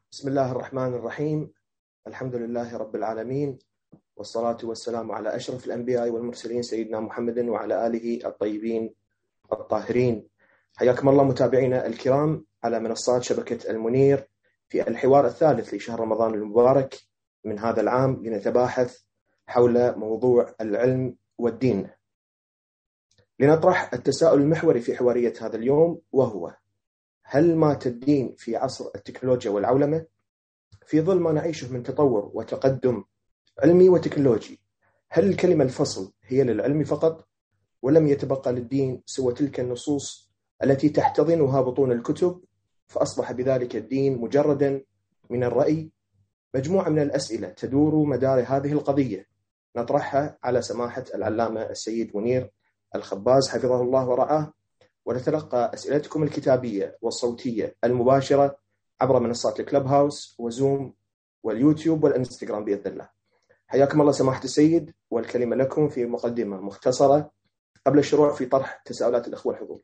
بسم الله الرحمن الرحيم. الحمد لله رب العالمين، والصلاة والسلام على أشرف الأنبياء والمرسلين سيدنا محمد وعلى آله الطيبين الطاهرين. حياكم الله متابعينا الكرام على منصات شبكة المنير في الحوار الثالث لشهر رمضان المبارك من هذا العام، لنتباحث حول موضوع العلم والدين. لنطرح التساؤل المحوري في حوارية هذا اليوم، وهو: هل مات الدين في عصر التكنولوجيا والعولمة؟ في ظل ما نعيشه من تطور وتقدم علمي وتكنولوجي، هل الكلمة الفصل هي للعلم فقط، ولم يتبقى للدين سوى تلك النصوص التي تحتضنها بطون الكتب، فأصبح بذلك الدين مجردا من الرأي؟ مجموعة من الأسئلة تدور مدار هذه القضية نطرحها على سماحة العلامة السيد منير الخباز حفظه الله ورعاه، ونتلقى أسئلتكم الكتابية والصوتية المباشرة عبر منصات الكلب هاوس وزوم واليوتيوب والإنستغرام بإذن الله. حياكم الله سماحة السيد، والكلمة لكم في مقدمة مختصرة قبل الشروع في طرح تساؤلات الأخوة الحضور.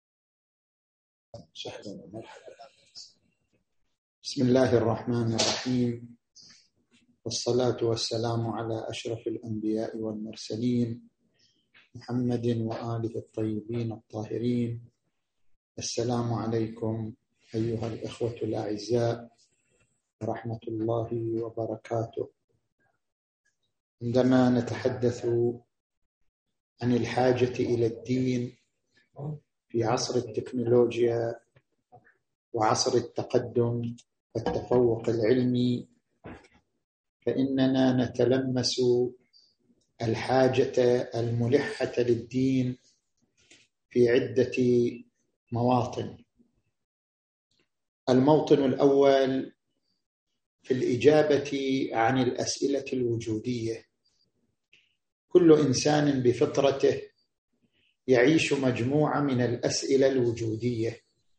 بسم الله الرحمن الرحيم، والصلاة والسلام على أشرف الأنبياء والمرسلين محمد وآله الطيبين الطاهرين. السلام عليكم أيها الإخوة الأعزاء ورحمة الله وبركاته. عندما نتحدث عن الحاجة إلى الدين في عصر التكنولوجيا وعصر التقدم والتفوق العلمي، فإننا نتلمس الحاجة الملحة للدين في عدة مواطن. الموطن الأول في الإجابة عن الأسئلة الوجودية. كل إنسان بفطرته يعيش مجموعة من الأسئلة الوجودية: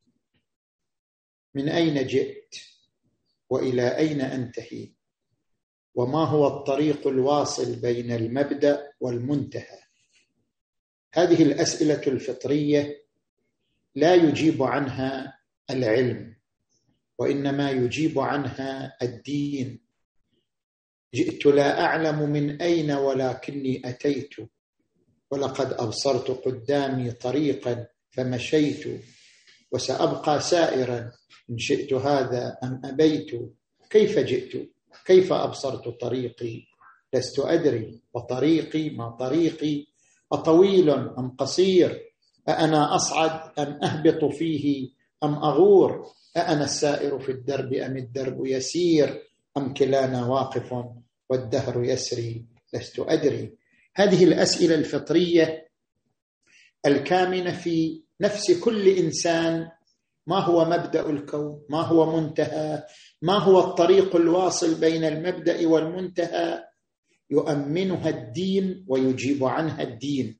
من أين جئت؟ وإلى أين أنتهي؟ وما هو الطريق الواصل بين المبدأ والمنتهى؟ هذه الأسئلة الفطرية لا يجيب عنها العلم، وإنما يجيب عنها الدين. جئت لا أعلم من أين ولكني أتيت، ولقد أبصرت قدامي طريقا فمشيت، وسأبقى سائرا إن شئت هذا أم أبيت. كيف جئت؟ كيف أبصرت طريقي؟ لست أدري. وطريقي ما طريقي؟ أطويل أم قصير؟ أأنا أصعد أم أهبط فيه أم أغور؟ أأنا السائر في الدرب أم الدرب يسير؟ أم كلانا واقف والدهر يسري؟ لست أدري. هذه الأسئلة الفطرية الكامنة في نفس كل إنسان: ما هو مبدأ الكون؟ ما هو منتهى؟ ما هو الطريق الواصل بين المبدأ والمنتهى؟ يؤمنها الدين ويجيب عنها الدين.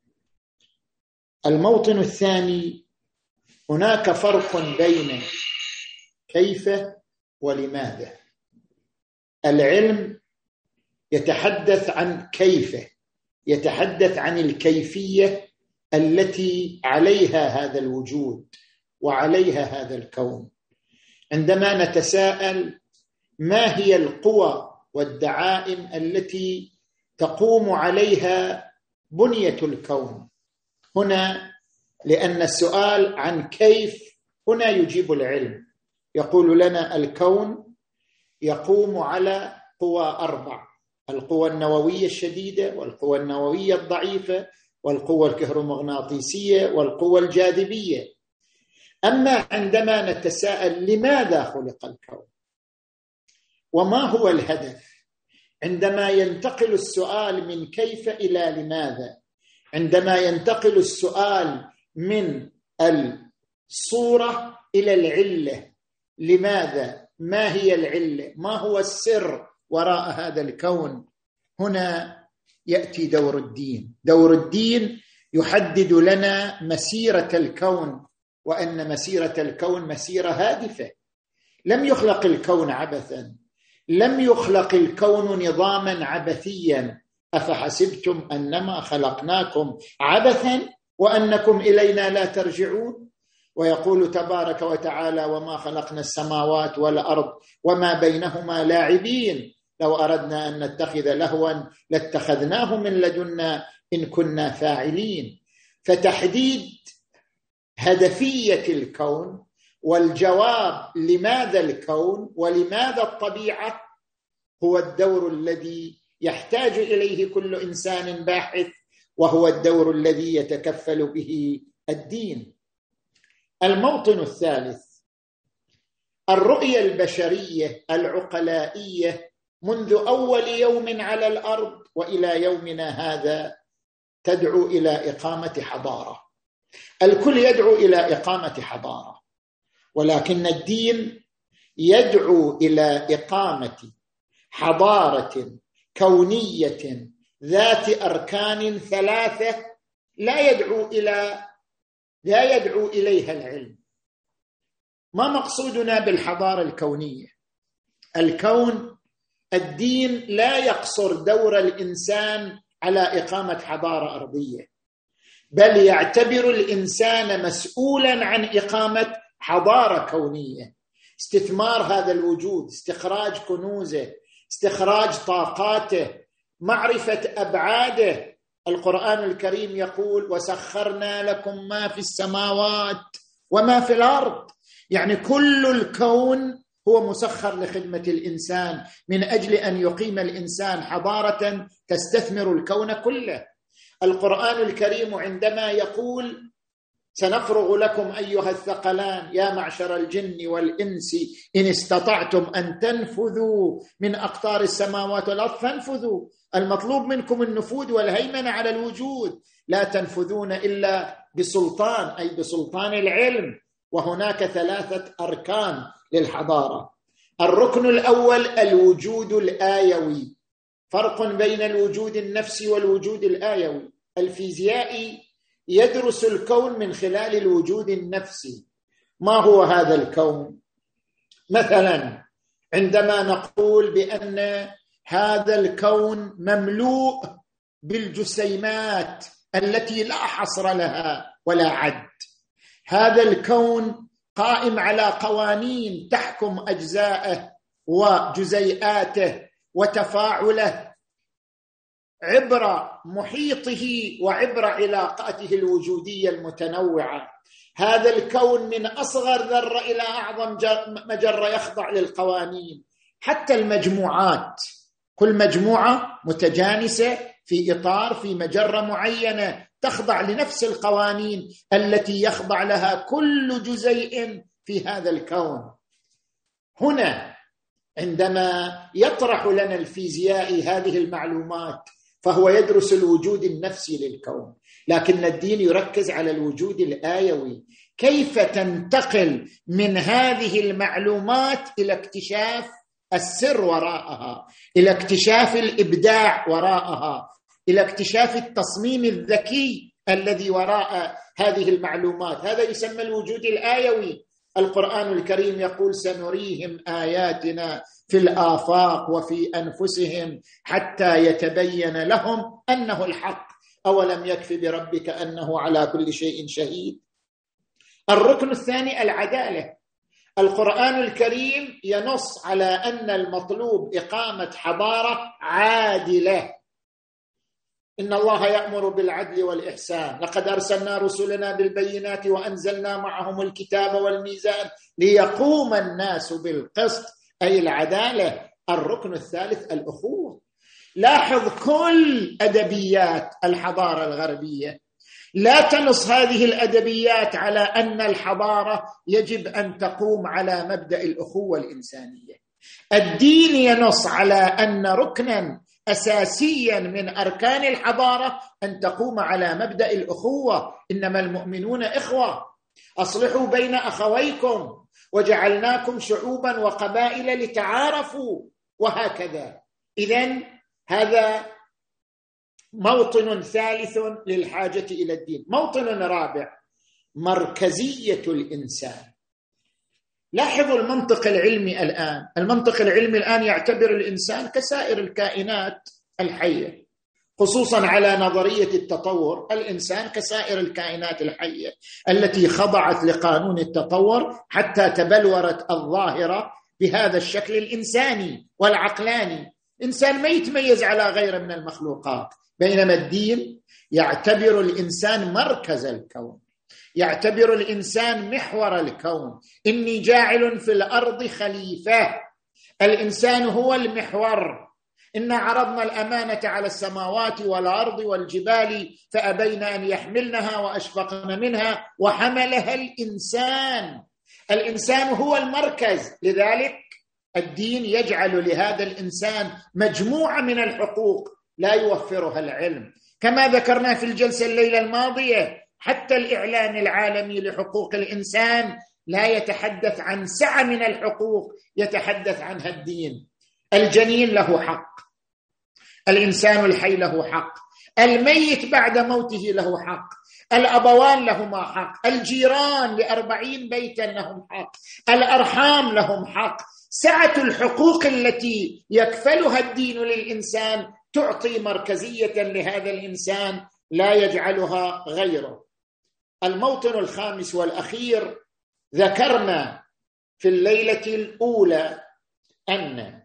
الموطن الثاني: هناك فرق بين كيف ولماذا. العلم يتحدث عن كيف، يتحدث عن الكيفية التي عليها هذا الوجود وعليها هذا الكون. عندما نتساءل ما هي القوى والدعائم التي تقوم عليها بنية الكون، هنا لأن السؤال عن كيف هنا يجيب العلم. يقول لنا الكون يقوم على قوى 4: القوى النووية الشديدة، والقوى النووية الضعيفة، والقوى الكهرومغناطيسية، والقوى الجاذبية. أما عندما نتساءل لماذا خلق الكون وما هو الهدف، عندما ينتقل السؤال من كيف إلى لماذا، عندما ينتقل السؤال من الصورة إلى العلة: لماذا؟ ما هي العلة؟ ما هو السر وراء هذا الكون؟ هنا يأتي دور الدين. دور الدين يحدد لنا مسيرة الكون، وأن مسيرة الكون مسيرة هادفة. لم يخلق الكون عبثا، لم يخلق الكون نظاما عبثيا. أفحسبتم أنما خلقناكم عبثا وأنكم إلينا لا ترجعون؟ ويقول تبارك وتعالى: وما خلقنا السماوات والأرض وما بينهما لاعبين لو أردنا أن نتخذ لهوا لاتخذناه من لدنا إن كنا فاعلين. فتحديد هدفية الكون والجواب لماذا الكون ولماذا الطبيعة هو الدور الذي يحتاج إليه كل إنسان باحث، وهو الدور الذي يتكفل به الدين. الموطن الثالث: الرؤية البشرية العقلائية منذ أول يوم على الأرض وإلى يومنا هذا تدعو إلى إقامة حضارة. الكل يدعو إلى إقامة حضارة، ولكن الدين يدعو إلى إقامة حضارة كونية ذات أركان ثلاثة لا يدعو إليها العلم. ما مقصودنا بالحضارة الكونية؟ الكون، الدين لا يقصر دور الإنسان على إقامة حضارة أرضية، بل يعتبر الإنسان مسؤولا عن إقامة حضارة كونية، استثمار هذا الوجود، استخراج كنوزه، استخراج طاقاته، معرفة أبعاده. القرآن الكريم يقول: وسخرنا لكم ما في السماوات وما في الأرض، يعني كل الكون هو مسخر لخدمة الإنسان من أجل أن يقيم الإنسان حضارة تستثمر الكون كله. القرآن الكريم عندما يقول: سنفرغ لكم أيها الثقلان يا معشر الجن والإنس إن استطعتم أن تنفذوا من أقطار السماوات والأرض فانفذوا، المطلوب منكم النفوذ والهيمنة على الوجود، لا تنفذون إلا بسلطان، أي بسلطان العلم. وهناك ثلاثة أركان للحضارة. الركن الأول الوجود الآيوي، فرق بين الوجود النفسي والوجود الآيوي. الفيزيائي يدرس الكون من خلال الوجود النفسي. ما هو هذا الكون؟ مثلا عندما نقول بأن هذا الكون مملوء بالجسيمات التي لا حصر لها ولا عد، هذا الكون قائم على قوانين تحكم أجزاءه وجزيئاته وتفاعله عبر محيطه وعبر علاقاته الوجودية المتنوعة. هذا الكون من أصغر ذرة إلى أعظم مجرة يخضع للقوانين. حتى المجموعات، كل مجموعة متجانسة في إطار، في مجرة معينة، تخضع لنفس القوانين التي يخضع لها كل جزيء في هذا الكون. هنا عندما يطرح لنا الفيزيائي هذه المعلومات فهو يدرس الوجود النفسي للكون، لكن الدين يركز على الوجود الآيوي. كيف تنتقل من هذه المعلومات إلى اكتشاف السر وراءها، إلى اكتشاف الإبداع وراءها، إلى اكتشاف التصميم الذكي الذي وراء هذه المعلومات. هذا يسمى الوجود الآيوي. القرآن الكريم يقول: سنريهم آياتنا في الآفاق وفي أنفسهم حتى يتبين لهم أنه الحق أولم يكف بربك أنه على كل شيء شهيد. الركن الثاني العدالة. القرآن الكريم ينص على أن المطلوب إقامة حضارة عادلة. إن الله يأمر بالعدل والإحسان، لقد أرسلنا رسلنا بالبينات وأنزلنا معهم الكتاب والميزان ليقوم الناس بالقسط، أي العدالة. الركن الثالث الأخوة. لاحظ كل أدبيات الحضارة الغربية لا تنص هذه الأدبيات على أن الحضارة يجب أن تقوم على مبدأ الأخوة الإنسانية. الدين ينص على أن ركنا أساسيا من أركان الحضارة أن تقوم على مبدأ الأخوة. إنما المؤمنون إخوة، أصلحوا بين أخويكم وجعلناكم شعوبا وقبائل لتعارفوا، وهكذا. إذن هذا موطن ثالث للحاجة إلى الدين. موطن رابع: مركزية الإنسان. لاحظوا المنطق العلمي الآن. المنطق العلمي الآن يعتبر الإنسان كسائر الكائنات الحية، خصوصا على نظرية التطور. الإنسان كسائر الكائنات الحية التي خضعت لقانون التطور حتى تبلورت الظاهرة بهذا الشكل الإنساني والعقلاني. إنسان ما يتميز على غيره من المخلوقات، بينما الدين يعتبر الإنسان مركز الكون، يعتبر الإنسان محور الكون. إني جاعل في الأرض خليفة، الإنسان هو المحور. إنا عرضنا الأمانة على السماوات والأرض والجبال فأبين أن يحملنها وأشفقن منها وحملها الإنسان. الإنسان هو المركز، لذلك الدين يجعل لهذا الإنسان مجموعة من الحقوق لا يوفرها العلم. كما ذكرنا في الجلسة الليلة الماضية، حتى الإعلان العالمي لحقوق الإنسان لا يتحدث عن سعة من الحقوق، يتحدث عنها الدين. الجنين له حق، الإنسان الحي له حق، الميت بعد موته له حق، الأبوان لهما حق، الجيران ل40 بيتا لهم حق، الأرحام لهم حق. سعة الحقوق التي يكفلها الدين للإنسان تعطي مركزية لهذا الإنسان لا يجعلها غيره. الموطن الخامس والأخير، ذكرنا في الليلة الأولى أن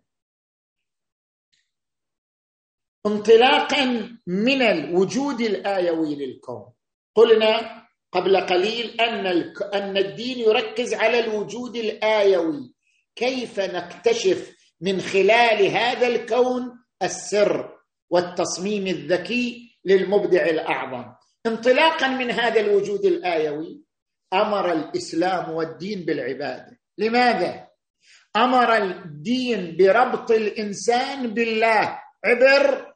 انطلاقا من الوجود الآيوي للكون، قلنا قبل قليل أن الدين يركز على الوجود الآيوي، كيف نكتشف من خلال هذا الكون السر والتصميم الذكي للمبدع الأعظم. انطلاقا من هذا الوجود الآيوي أمر الإسلام والدين بالعبادة. لماذا؟ أمر الدين بربط الإنسان بالله عبر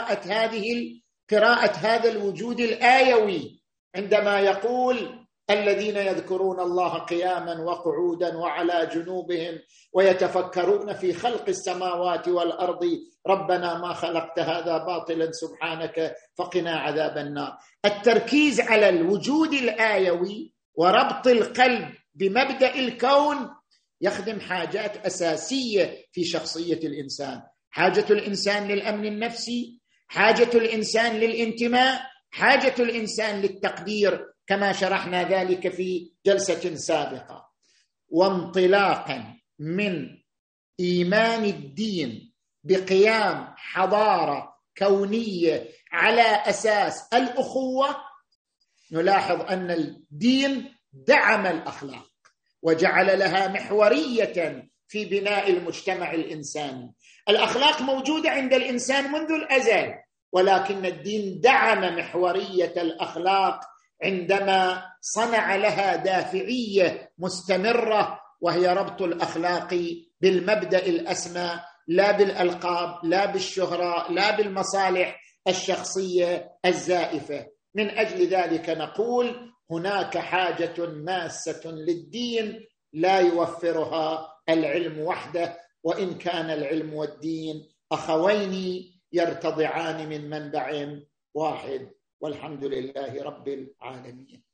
قراءة هذا الوجود الآيوي، عندما يقول الذين يذكرون الله قياما وقعودا وعلى جنوبهم ويتفكرون في خلق السماوات والأرض ربنا ما خلقت هذا باطلا سبحانك فقنا عذاب النار. التركيز على الوجود الآيوي وربط القلب بمبدأ الكون يخدم حاجات أساسية في شخصية الإنسان: حاجة الإنسان للأمن النفسي، حاجة الإنسان للانتماء، حاجة الإنسان للتقدير، كما شرحنا ذلك في جلسة سابقة. وانطلاقا من إيمان الدين بقيام حضارة كونية على أساس الأخوة، نلاحظ أن الدين دعم الأخلاق وجعل لها محورية في بناء المجتمع الإنساني. الأخلاق موجودة عند الإنسان منذ الأزل، ولكن الدين دعم محورية الأخلاق عندما صنع لها دافعية مستمرة، وهي ربط الأخلاق بالمبدأ الأسمى، لا بالألقاب، لا بالشهرة، لا بالمصالح الشخصية الزائفة. من أجل ذلك نقول هناك حاجة ماسة للدين لا يوفرها العلم وحده، وإن كان العلم والدين أخوين يرتضعان من منبع واحد، والحمد لله رب العالمين.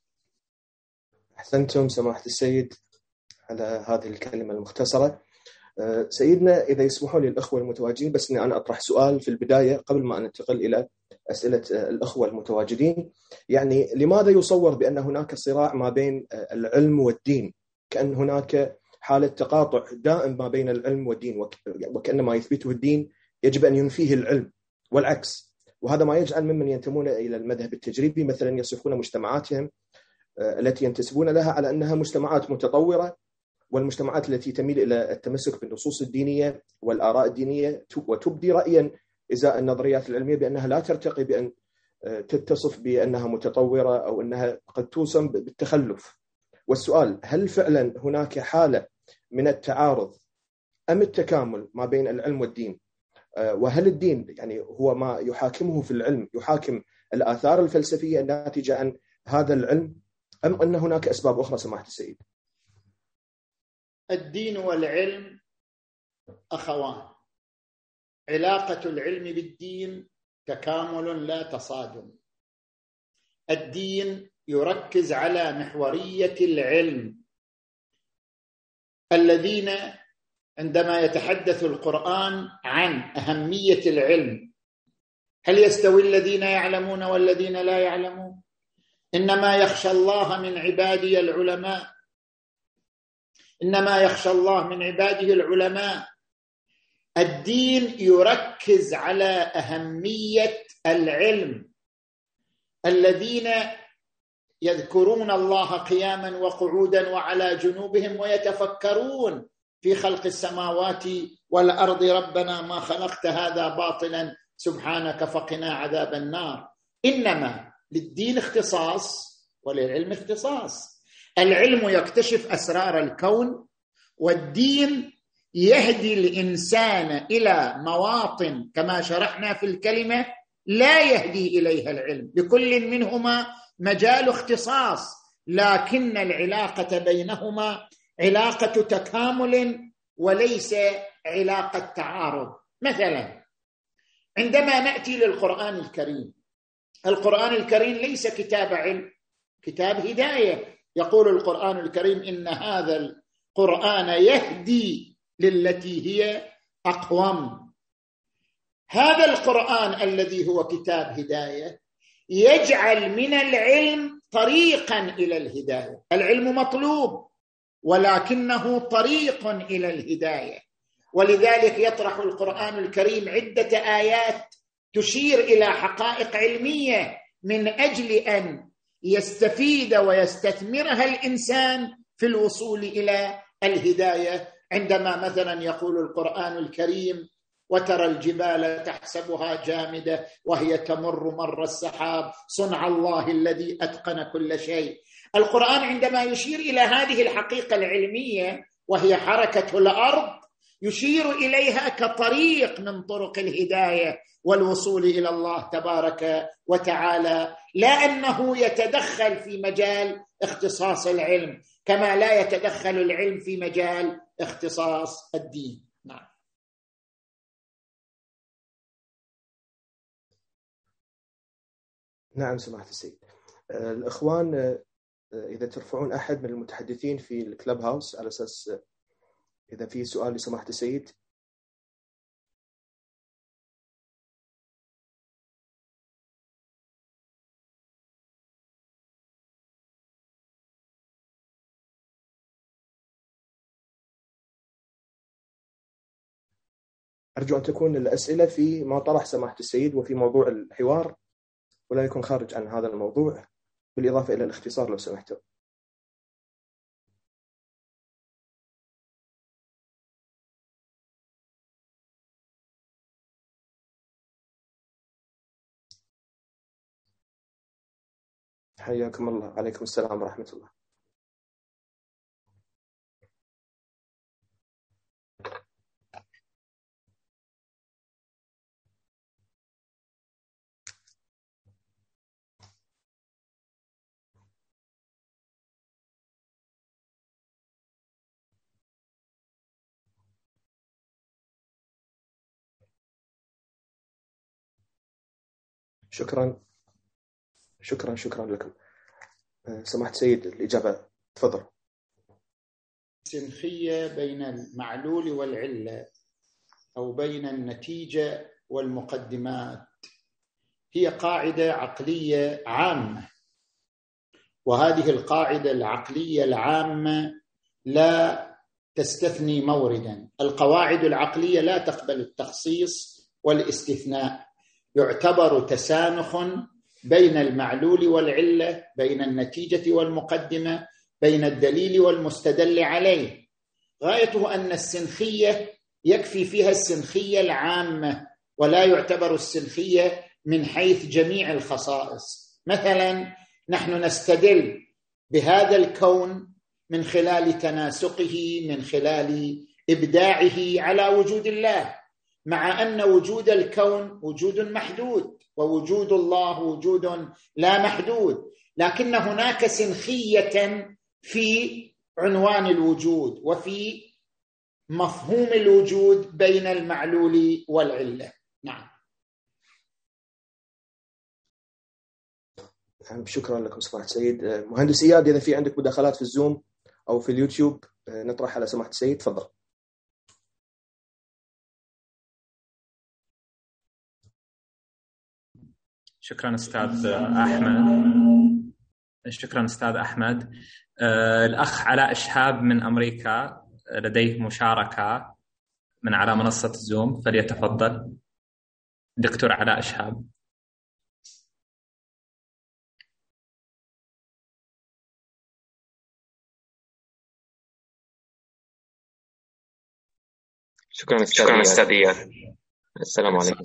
أحسنتم سماحة السيد على هذه الكلمة المختصرة. سيدنا، إذا يسمحوا لي الأخوة المتواجدين، بس أني أنا أطرح سؤال في البداية قبل ما ننتقل إلى أسئلة الأخوة المتواجدين. يعني لماذا يصور بأن هناك صراع ما بين العلم والدين، كأن هناك حالة تقاطع دائم ما بين العلم والدين، وكأن ما يثبته الدين يجب أن ينفيه العلم والعكس؟ وهذا ما يجعل ممن ينتمون إلى المذهب التجريبي مثلا يصفون مجتمعاتهم التي ينتسبون لها على أنها مجتمعات متطورة، والمجتمعات التي تميل إلى التمسك بالنصوص الدينية والآراء الدينية وتبدي رأيا إزاء النظريات العلمية بأنها لا ترتقي بأن تتصف بأنها متطورة أو أنها قد توصم بالتخلف. والسؤال: هل فعلا هناك حالة من التعارض أم التكامل ما بين العلم والدين؟ وهل الدين يعني هو ما يحاكمه في العلم يحاكم الآثار الفلسفية الناتجة عن هذا العلم، أم أن هناك أسباب أخرى سماحة السيد؟ الدين والعلم أخوان، علاقة العلم بالدين تكامل لا تصادم. الدين يركز على محورية العلم. الذين عندما يتحدث القرآن عن أهمية العلم هل يستوي الذين يعلمون والذين لا يعلمون؟ إنما يخشى الله من عباده العلماء، إنما يخشى الله من عباده العلماء. الدين يركز على أهمية العلم. الذين يذكرون الله قياما وقعودا وعلى جنوبهم ويتفكرون في خلق السماوات والأرض ربنا ما خلقت هذا باطلا سبحانك فقنا عذاب النار. إنما للدين اختصاص وللعلم اختصاص. العلم يكتشف أسرار الكون، والدين يهدي الإنسان إلى مواطن كما شرحنا في الكلمة لا يهدي إليها العلم. لكل منهما مجال اختصاص، لكن العلاقة بينهما علاقة تكامل وليس علاقة تعارض. مثلا عندما نأتي للقرآن الكريم، القرآن الكريم ليس كتاب علم، كتاب هداية. يقول القرآن الكريم إن هذا القرآن يهدي للتي هي أقوم. هذا القرآن الذي هو كتاب هداية يجعل من العلم طريقا إلى الهداية. العلم مطلوب ولكنه طريق إلى الهداية، ولذلك يطرح القرآن الكريم عدة آيات تشير إلى حقائق علمية من أجل أن يستفيد ويستثمرها الإنسان في الوصول إلى الهداية. عندما مثلا يقول القرآن الكريم وترى الجبال تحسبها جامدة وهي تمر مر السحاب صنع الله الذي أتقن كل شيء. القرآن عندما يشير إلى هذه الحقيقة العلمية وهي حركة الأرض يشير إليها كطريق من طرق الهداية والوصول إلى الله تبارك وتعالى، لا أنه يتدخل في مجال اختصاص العلم كما لا يتدخل العلم في مجال اختصاص الدين. نعم. نعم سماحة السيد. الإخوان إذا ترفعون أحد من المتحدثين في الكلاب هاوس على أساس إذا في سؤال لسماحة السيد. أرجو أن تكون الأسئلة في ما طرح سماحة السيد وفي موضوع الحوار، ولا يكون خارج عن هذا الموضوع، بالإضافة إلى الاختصار لو سمحتوا. حياكم الله. عليكم السلام ورحمة الله. شكرا لكم. سماحة سيد الإجابة تفضل. السنخية بين المعلول والعلة أو بين النتيجة والمقدمات هي قاعدة عقلية عامة، وهذه القاعدة العقلية العامة لا تستثني موردا. القواعد العقلية لا تقبل التخصيص والاستثناء، يعتبر تسانخ بين المعلول والعلة، بين النتيجة والمقدمة، بين الدليل والمستدل عليه. غايته أن السنخية يكفي فيها السنخية العامة، ولا يعتبر السنخية من حيث جميع الخصائص. مثلا نحن نستدل بهذا الكون من خلال تناسقه، من خلال إبداعه على وجود الله، مع أن وجود الكون وجود محدود ووجود الله وجود لا محدود، لكن هناك سنخية في عنوان الوجود وفي مفهوم الوجود بين المعلول والعلة. نعم. شكرا لكم سماحة السيد. مهندس إياد، إذا في عندك مداخلات في الزوم أو في اليوتيوب نطرح على سماحة السيد، تفضل. شكرا أستاذ أحمد. شكرا أستاذ أحمد. الأخ علاء شهاب من أمريكا لديه مشاركة من على منصة زوم، فليتفضل دكتور علاء شهاب. شكرا أستاذ إياد. السلام عليكم.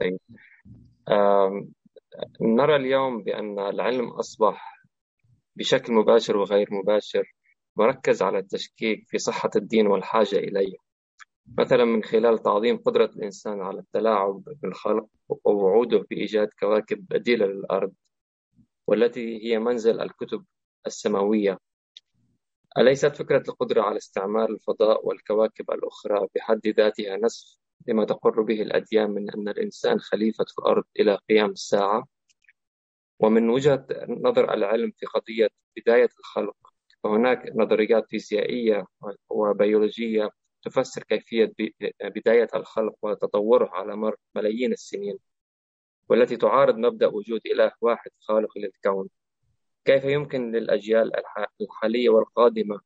نرى اليوم بأن العلم أصبح بشكل مباشر وغير مباشر مركز على التشكيك في صحة الدين والحاجة إليه، مثلا من خلال تعظيم قدرة الإنسان على التلاعب بالخلق ووعوده بإيجاد كواكب بديلة للأرض والتي هي منزل الكتب السماوية. أليست فكرة القدرة على استعمار الفضاء والكواكب الأخرى بحد ذاتها نسف لما تقر به الأديان من أن الإنسان خليفة في الأرض إلى قيام الساعة؟ ومن وجهة نظر العلم في قضية بداية الخلق، فهناك نظريات فيزيائية وبيولوجية تفسر كيفية بداية الخلق وتطوره على مر ملايين السنين، والتي تعارض مبدأ وجود إله واحد خالق للكون. كيف يمكن للأجيال الحالية والقادمة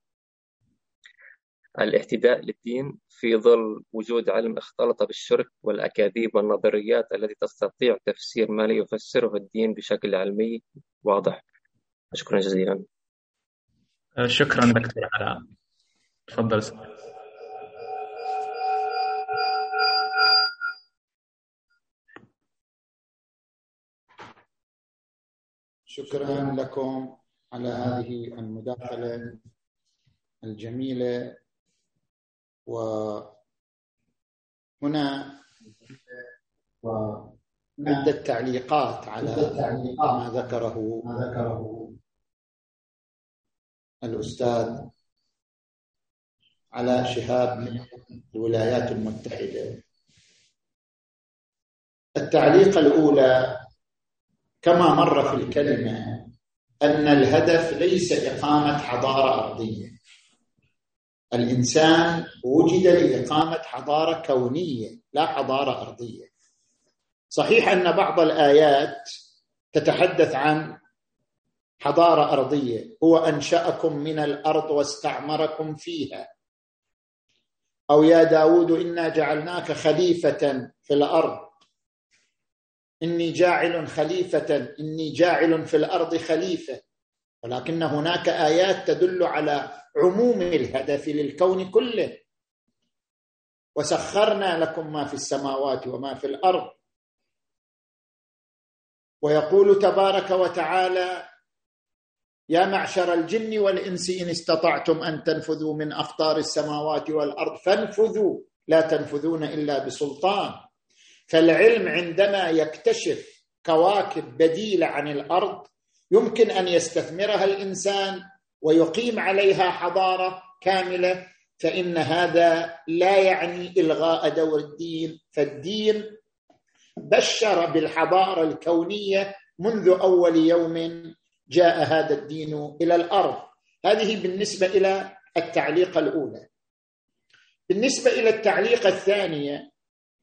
الاهتداء للدين في ظل وجود علم اختلط بالشرك والأكاذيب والنظريات التي تستطيع تفسير ما لا يفسره الدين بشكل علمي واضح؟ شكرا جزيلا. شكرا دكتور علاء. تفضل. شكرا لكم على هذه المداخلة الجميلة. وهنا عدة تعليقات على ما ذكره الأستاذ علاء شهاب من الولايات المتحدة. التعليق الأولى كما مر في الكلمة أن الهدف ليس إقامة حضارة أرضية. الإنسان وجد لإقامة حضارة كونية لا حضارة أرضية. صحيح أن بعض الآيات تتحدث عن حضارة أرضية، هو أنشأكم من الأرض واستعمركم فيها، أو يا داود إنا جعلناك خليفة في الأرض، إني جاعل خليفة، إني جاعل في الأرض خليفة. ولكن هناك آيات تدل على عموم الهدف للكون كله. وسخرنا لكم ما في السماوات وما في الأرض. ويقول تبارك وتعالى يا معشر الجن والإنس إن استطعتم أن تنفذوا من أقطار السماوات والأرض فانفذوا لا تنفذون إلا بسلطان. فالعلم عندما يكتشف كواكب بديلة عن الأرض يمكن أن يستثمرها الإنسان ويقيم عليها حضارة كاملة، فإن هذا لا يعني إلغاء دور الدين. فالدين بشر بالحضارة الكونية منذ أول يوم جاء هذا الدين إلى الأرض. هذه بالنسبة إلى التعليق الأولى. بالنسبة إلى التعليق الثانية،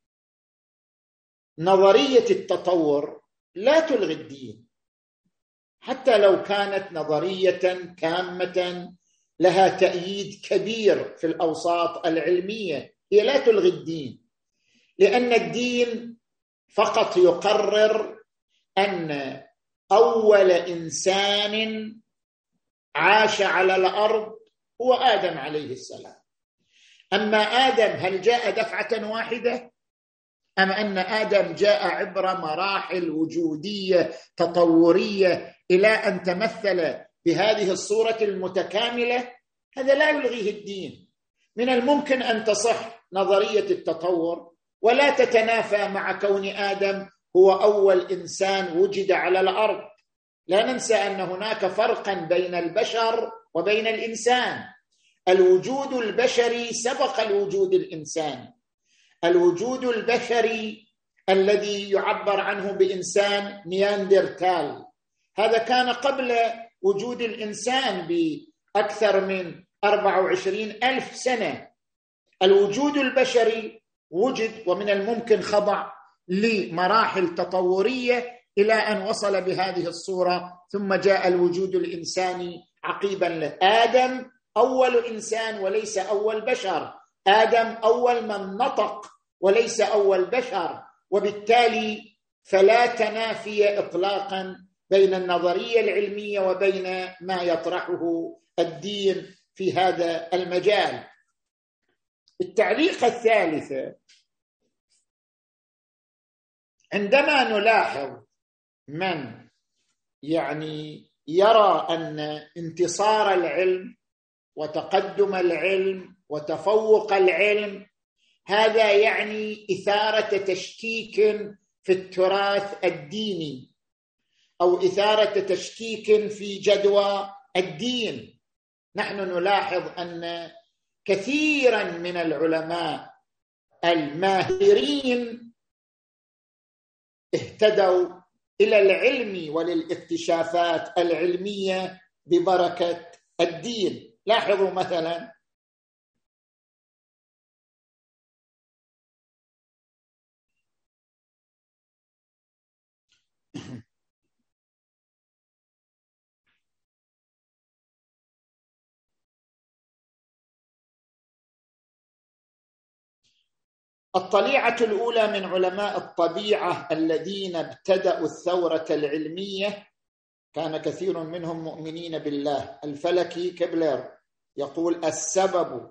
نظرية التطور لا تلغي الدين، حتى لو كانت نظرية تامة لها تأييد كبير في الأوساط العلمية، هي لا تلغي الدين، لأن الدين فقط يقرر أن أول إنسان عاش على الأرض هو آدم عليه السلام. أما آدم هل جاء دفعة واحدة؟ أم أن آدم جاء عبر مراحل وجودية تطورية إلى أن تمثل بهذه الصورة المتكاملة؟ هذا لا يلغيه الدين. من الممكن أن تصح نظرية التطور ولا تتنافى مع كون آدم هو أول إنسان وجد على الأرض. لا ننسى أن هناك فرقا بين البشر وبين الإنسان. الوجود البشري سبق الوجود الإنساني. الوجود البشري الذي يعبر عنه بإنسان نياندرتال هذا كان قبل وجود الإنسان بأكثر من 24,000 سنة. الوجود البشري وجد ومن الممكن خضع لمراحل تطورية إلى أن وصل بهذه الصورة، ثم جاء الوجود الإنساني عقيبا له. آدم أول إنسان وليس أول بشر، آدم أول من نطق وليس أول بشر، وبالتالي فلا تنافي إطلاقا بين النظرية العلمية وبين ما يطرحه الدين في هذا المجال. التعليق الثالث، عندما نلاحظ من يرى أن انتصار العلم وتقدم العلم وتفوق العلم هذا يعني إثارة تشكيك في التراث الديني أو إثارة تشكيك في جدوى الدين، نحن نلاحظ أن كثيرا من العلماء الماهرين اهتدوا إلى العلم وللاكتشافات العلمية ببركة الدين. لاحظوا مثلا الطليعة الأولى من علماء الطبيعة الذين ابتدأوا الثورة العلمية كان كثير منهم مؤمنين بالله. الفلكي كبلر يقول السبب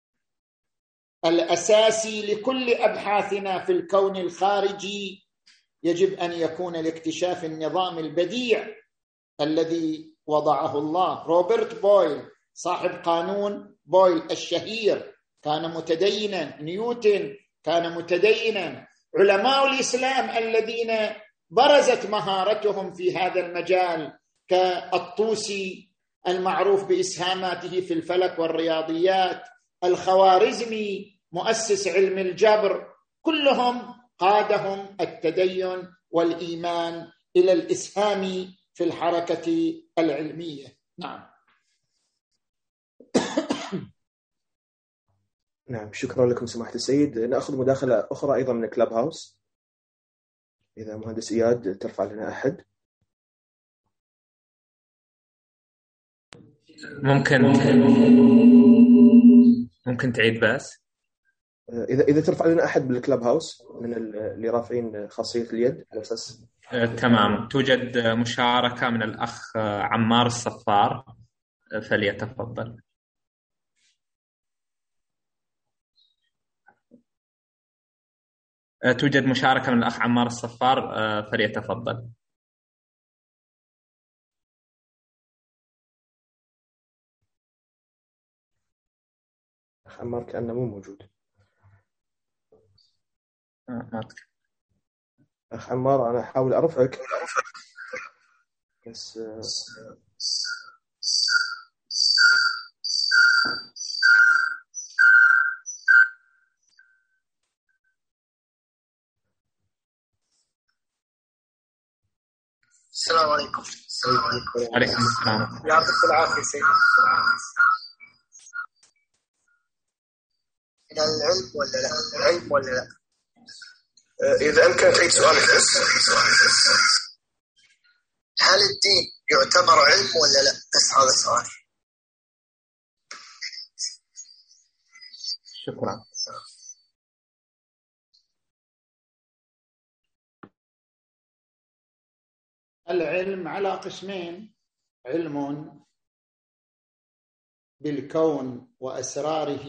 الأساسي لكل أبحاثنا في الكون الخارجي يجب أن يكون لاكتشاف النظام البديع الذي وضعه الله. روبرت بويل صاحب قانون بويل الشهير كان متدينا، نيوتن كان متدينا، علماء الإسلام الذين برزت مهارتهم في هذا المجال كالطوسي المعروف بإسهاماته في الفلك والرياضيات، الخوارزمي مؤسس علم الجبر، كلهم قادهم التدين والإيمان إلى الإسهام في الحركة العلمية. نعم. نعم، شكرا لكم سماحة السيد. نأخذ مداخلة أخرى أيضا من كلاب هاوس، إذا مهندس إياد ترفع لنا أحد. ممكن تعيد بس إذا ترفع لنا أحد بالكلاب هاوس من اللي رافعين خاصية اليد على أساس. تمام. توجد مشاركة من الأخ عمار الصفار، فليتفضل. توجد مشاركة من الأخ عمار الصفار، فليتفضل. أخ عمار كأنه مو موجود. أخ عمار أنا أحاول أرفعك بس السلام عليكم. عليكم السلام. يعطيك العافية سيدي. من العلم ولا لا؟ العلم ولا لا؟ إذا أمكن تعيد سؤالك بس. هل الدين يعتبر علم ولا لا؟ بس هذا السؤال. شكرا. العلم على قسمين: علم بالكون وأسراره،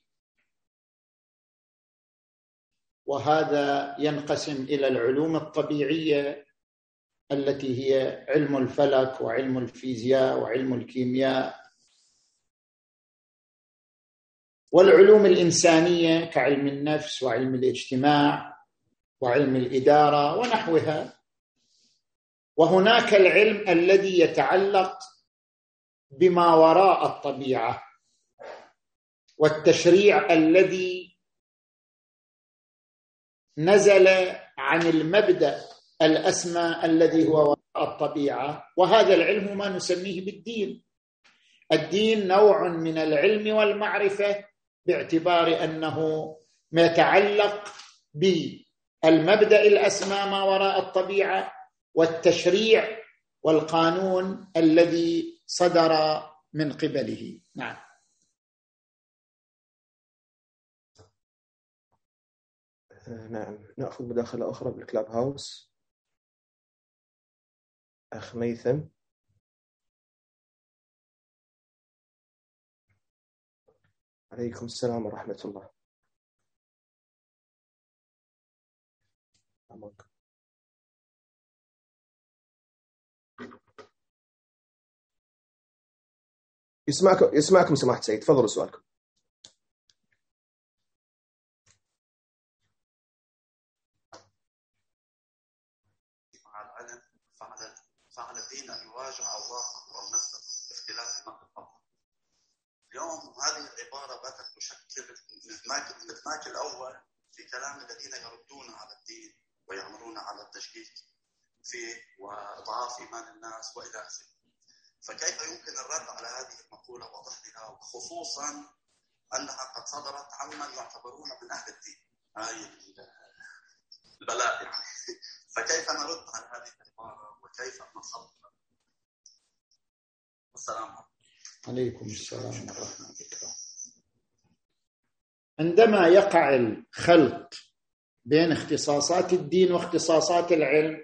وهذا ينقسم إلى العلوم الطبيعية التي هي علم الفلك وعلم الفيزياء وعلم الكيمياء، والعلوم الإنسانية كعلم النفس وعلم الاجتماع وعلم الإدارة ونحوها. وهناك العلم الذي يتعلق بما وراء الطبيعة والتشريع الذي نزل عن المبدأ الأسمى الذي هو وراء الطبيعة، وهذا العلم ما نسميه بالدين. الدين نوع من العلم والمعرفة باعتبار أنه ما يتعلق بالمبدأ الأسمى ما وراء الطبيعة، والتشريع والقانون الذي صدر من قبله. نعم. نعم، نأخذ مداخلة أخرى بالكلاب هاوس. أخ ميثم. عليكم السلام ورحمة الله. يسمعكم سماحة سيد، تفضلوا سؤالكم. فعلى الدين أن يواجه أوراقه أو نفسه باختلاف نقد الأمر. اليوم هذه العبارة باتت تشكل مثل الأول في كلام الذين يردون على الدين ويعملون على التشكيك فيه وإضعاف إيمان الناس وإلى آخره. فكيف يمكن الرد على هذه المقولة وضحها، وخصوصا أنها قد صدرت عمن يعتبرون من أهل الدين، هاي البلاء يعني. فكيف نرد على هذه العبارة وكيف نصدها؟ والسلام عليكم السلام ورحمة الله. عندما يقع الخلط بين اختصاصات الدين واختصاصات العلم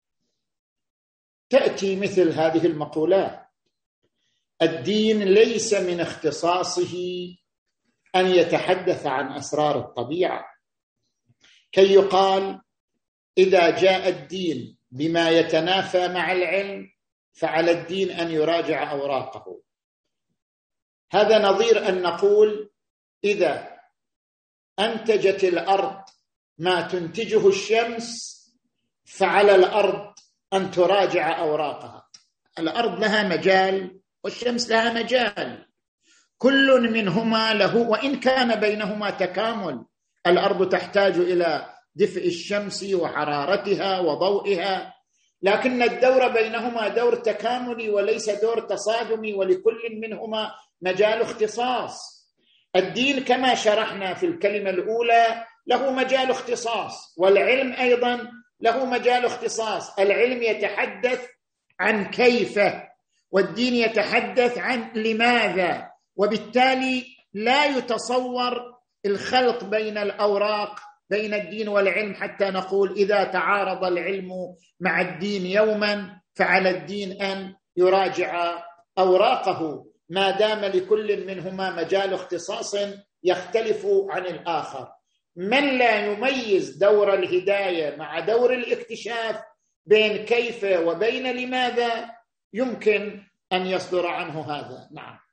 تأتي مثل هذه المقولات. الدين ليس من اختصاصه أن يتحدث عن أسرار الطبيعة، كي يقال إذا جاء الدين بما يتنافى مع العلم فعلى الدين أن يراجع أوراقه. هذا نظير أن نقول إذا أنتجت الأرض ما تنتجه الشمس فعلى الأرض أن تراجع أوراقها. الأرض لها مجال والشمس لها مجال، كل منهما له، وإن كان بينهما تكامل. الأرض تحتاج إلى دفء الشمس وحرارتها وضوئها، لكن الدور بينهما دور تكاملي وليس دور تصادمي، ولكل منهما مجال اختصاص. الدين كما شرحنا في الكلمة الأولى له مجال اختصاص، والعلم أيضا له مجال اختصاص. العلم يتحدث عن كيف، والدين يتحدث عن لماذا، وبالتالي لا يتصور الخلط بين الأوراق بين الدين والعلم حتى نقول إذا تعارض العلم مع الدين يوما فعلى الدين أن يراجع أوراقه، ما دام لكل منهما مجال اختصاص يختلف عن الآخر. من لا يميز دور الهداية مع دور الاكتشاف بين كيف وبين لماذا يمكن أن يصدر عنه هذا.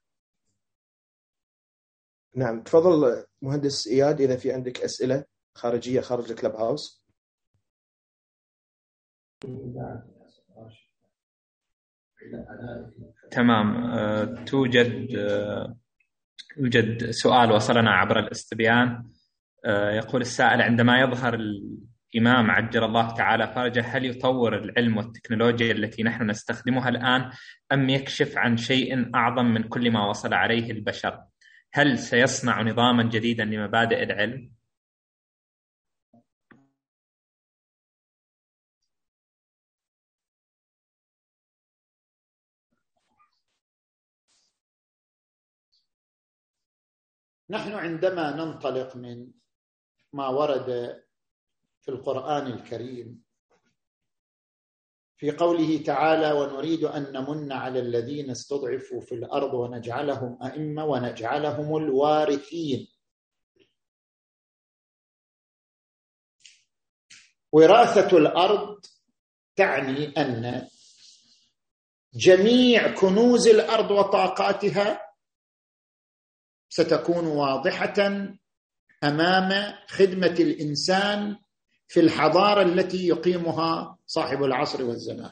نعم، تفضل مهندس إياد إذا في عندك أسئلة خارجية خارج الكلاب هاوس. تمام. يوجد سؤال وصلنا عبر الاستبيان. يقول السائل: عندما يظهر الإمام عجل الله تعالى فرجه، هل يطور العلم والتكنولوجيا التي نحن نستخدمها الآن، أم يكشف عن شيء أعظم من كل ما وصل عليه البشر؟ هل سيصنع نظاما جديدا لمبادئ العلم؟ نحن عندما ننطلق من ما ورد في القرآن الكريم في قوله تعالى: ونريد أن نمن على الذين استضعفوا في الأرض ونجعلهم أئمة ونجعلهم الوارثين. وراثة الأرض تعني أن جميع كنوز الأرض وطاقاتها ستكون واضحة أمام خدمة الإنسان في الحضارة التي يقيمها صاحب العصر والزمان.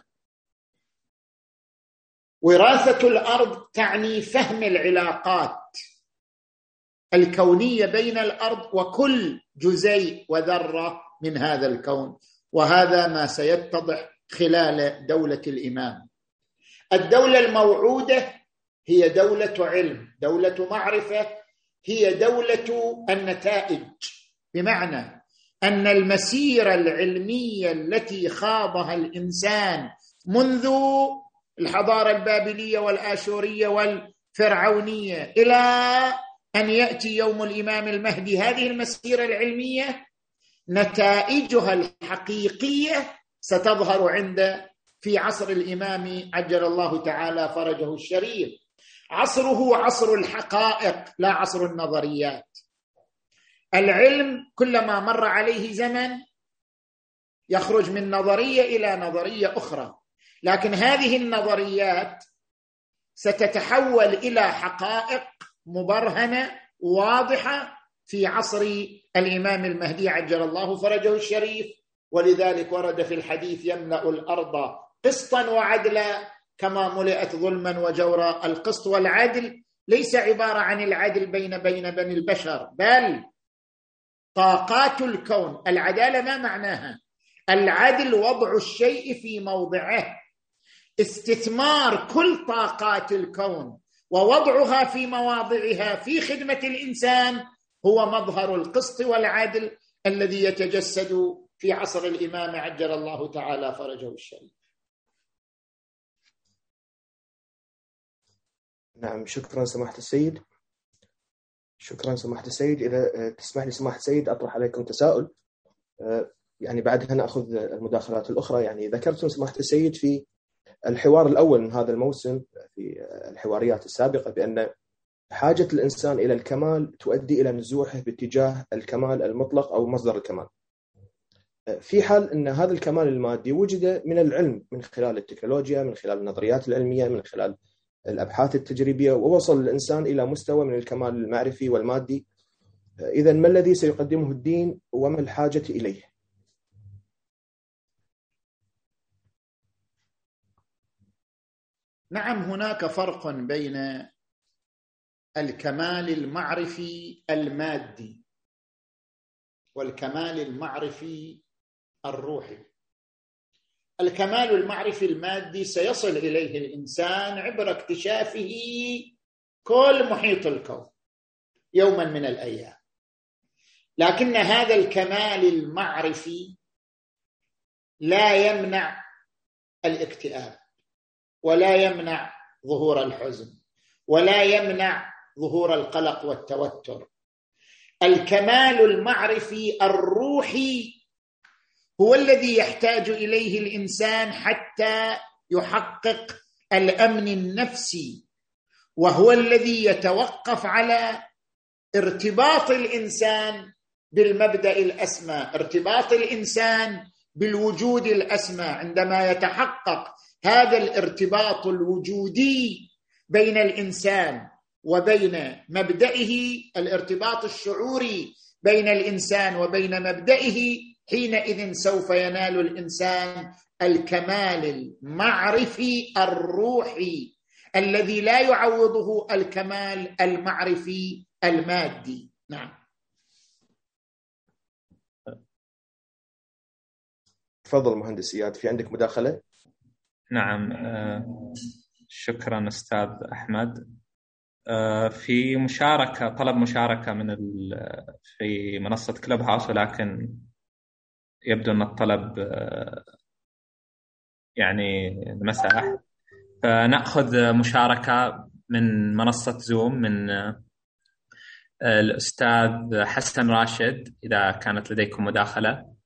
وراثة الأرض تعني فهم العلاقات الكونية بين الأرض وكل جزيء وذرة من هذا الكون، وهذا ما سيتضح خلال دولة الإمام. الدولة الموعودة هي دولة علم، دولة معرفة، هي دولة النتائج، بمعنى أن المسيرة العلمية التي خاضها الإنسان منذ الحضارة البابلية والآشورية والفرعونية إلى أن يأتي يوم الإمام المهدي، هذه المسيرة العلمية نتائجها الحقيقية ستظهر في عصر الإمام عجل الله تعالى فرجه الشريف. عصره عصر الحقائق لا عصر النظريات. العلم كلما مر عليه زمن يخرج من نظرية إلى نظرية أخرى، لكن هذه النظريات ستتحول إلى حقائق مبرهنة واضحة في عصر الإمام المهدي عجل الله فرجه الشريف. ولذلك ورد في الحديث: يملأ الأرض قسطا وعدلا كما ملئت ظلما وجورا. القسط والعدل ليس عبارة عن العدل بين بني البشر، بل طاقات الكون. العدالة ما معناها؟ العدل وضع الشيء في موضعه، استثمار كل طاقات الكون ووضعها في مواضعها في خدمة الإنسان، هو مظهر القسط والعدل الذي يتجسد في عصر الإمام عجل الله تعالى فرجه الشريف. نعم، شكرا سماحة السيد. شكرا سماحة السيد. إذا تسمح لي سماحة السيد أطرح عليكم تساؤل، يعني بعدها نأخذ المداخلات الأخرى. يعني ذكرتم سماحة السيد في الحوار الأول من هذا الموسم في الحواريات السابقة بأن حاجة الإنسان إلى الكمال تؤدي إلى نزوحه باتجاه الكمال المطلق أو مصدر الكمال، في حال أن هذا الكمال المادي وجد من العلم، من خلال التكنولوجيا، من خلال النظريات العلمية، من خلال الأبحاث التجريبية، ووصل الإنسان إلى مستوى من الكمال المعرفي والمادي. إذا ما الذي سيقدمه الدين وما الحاجة إليه؟ نعم، هناك فرق بين الكمال المعرفي المادي والكمال المعرفي الروحي. الكمال المعرفي المادي سيصل إليه الإنسان عبر اكتشافه كل محيط الكون يوما من الأيام، لكن هذا الكمال المعرفي لا يمنع الاكتئاب، ولا يمنع ظهور الحزن، ولا يمنع ظهور القلق والتوتر. الكمال المعرفي الروحي هو الذي يحتاج إليه الإنسان حتى يحقق الأمن النفسي، وهو الذي يتوقف على ارتباط الإنسان بالمبدأ الأسمى، ارتباط الإنسان بالوجود الأسمى. عندما يتحقق هذا الارتباط الوجودي بين الإنسان وبين مبدئه، الارتباط الشعوري بين الإنسان وبين مبدئه، حينئذ سوف ينال الإنسان الكمال المعرفي الروحي الذي لا يعوضه الكمال المعرفي المادي. نعم. تفضل مهندس إياد، في عندك مداخلة؟ نعم، شكرا أستاذ أحمد. في مشاركة، طلب مشاركة في منصة كلوب هاوس، ولكن يبدو أن الطلب يعني المساح، فنأخذ مشاركة من منصة زوم من الأستاذ حسن راشد، إذا كانت لديكم مداخلة.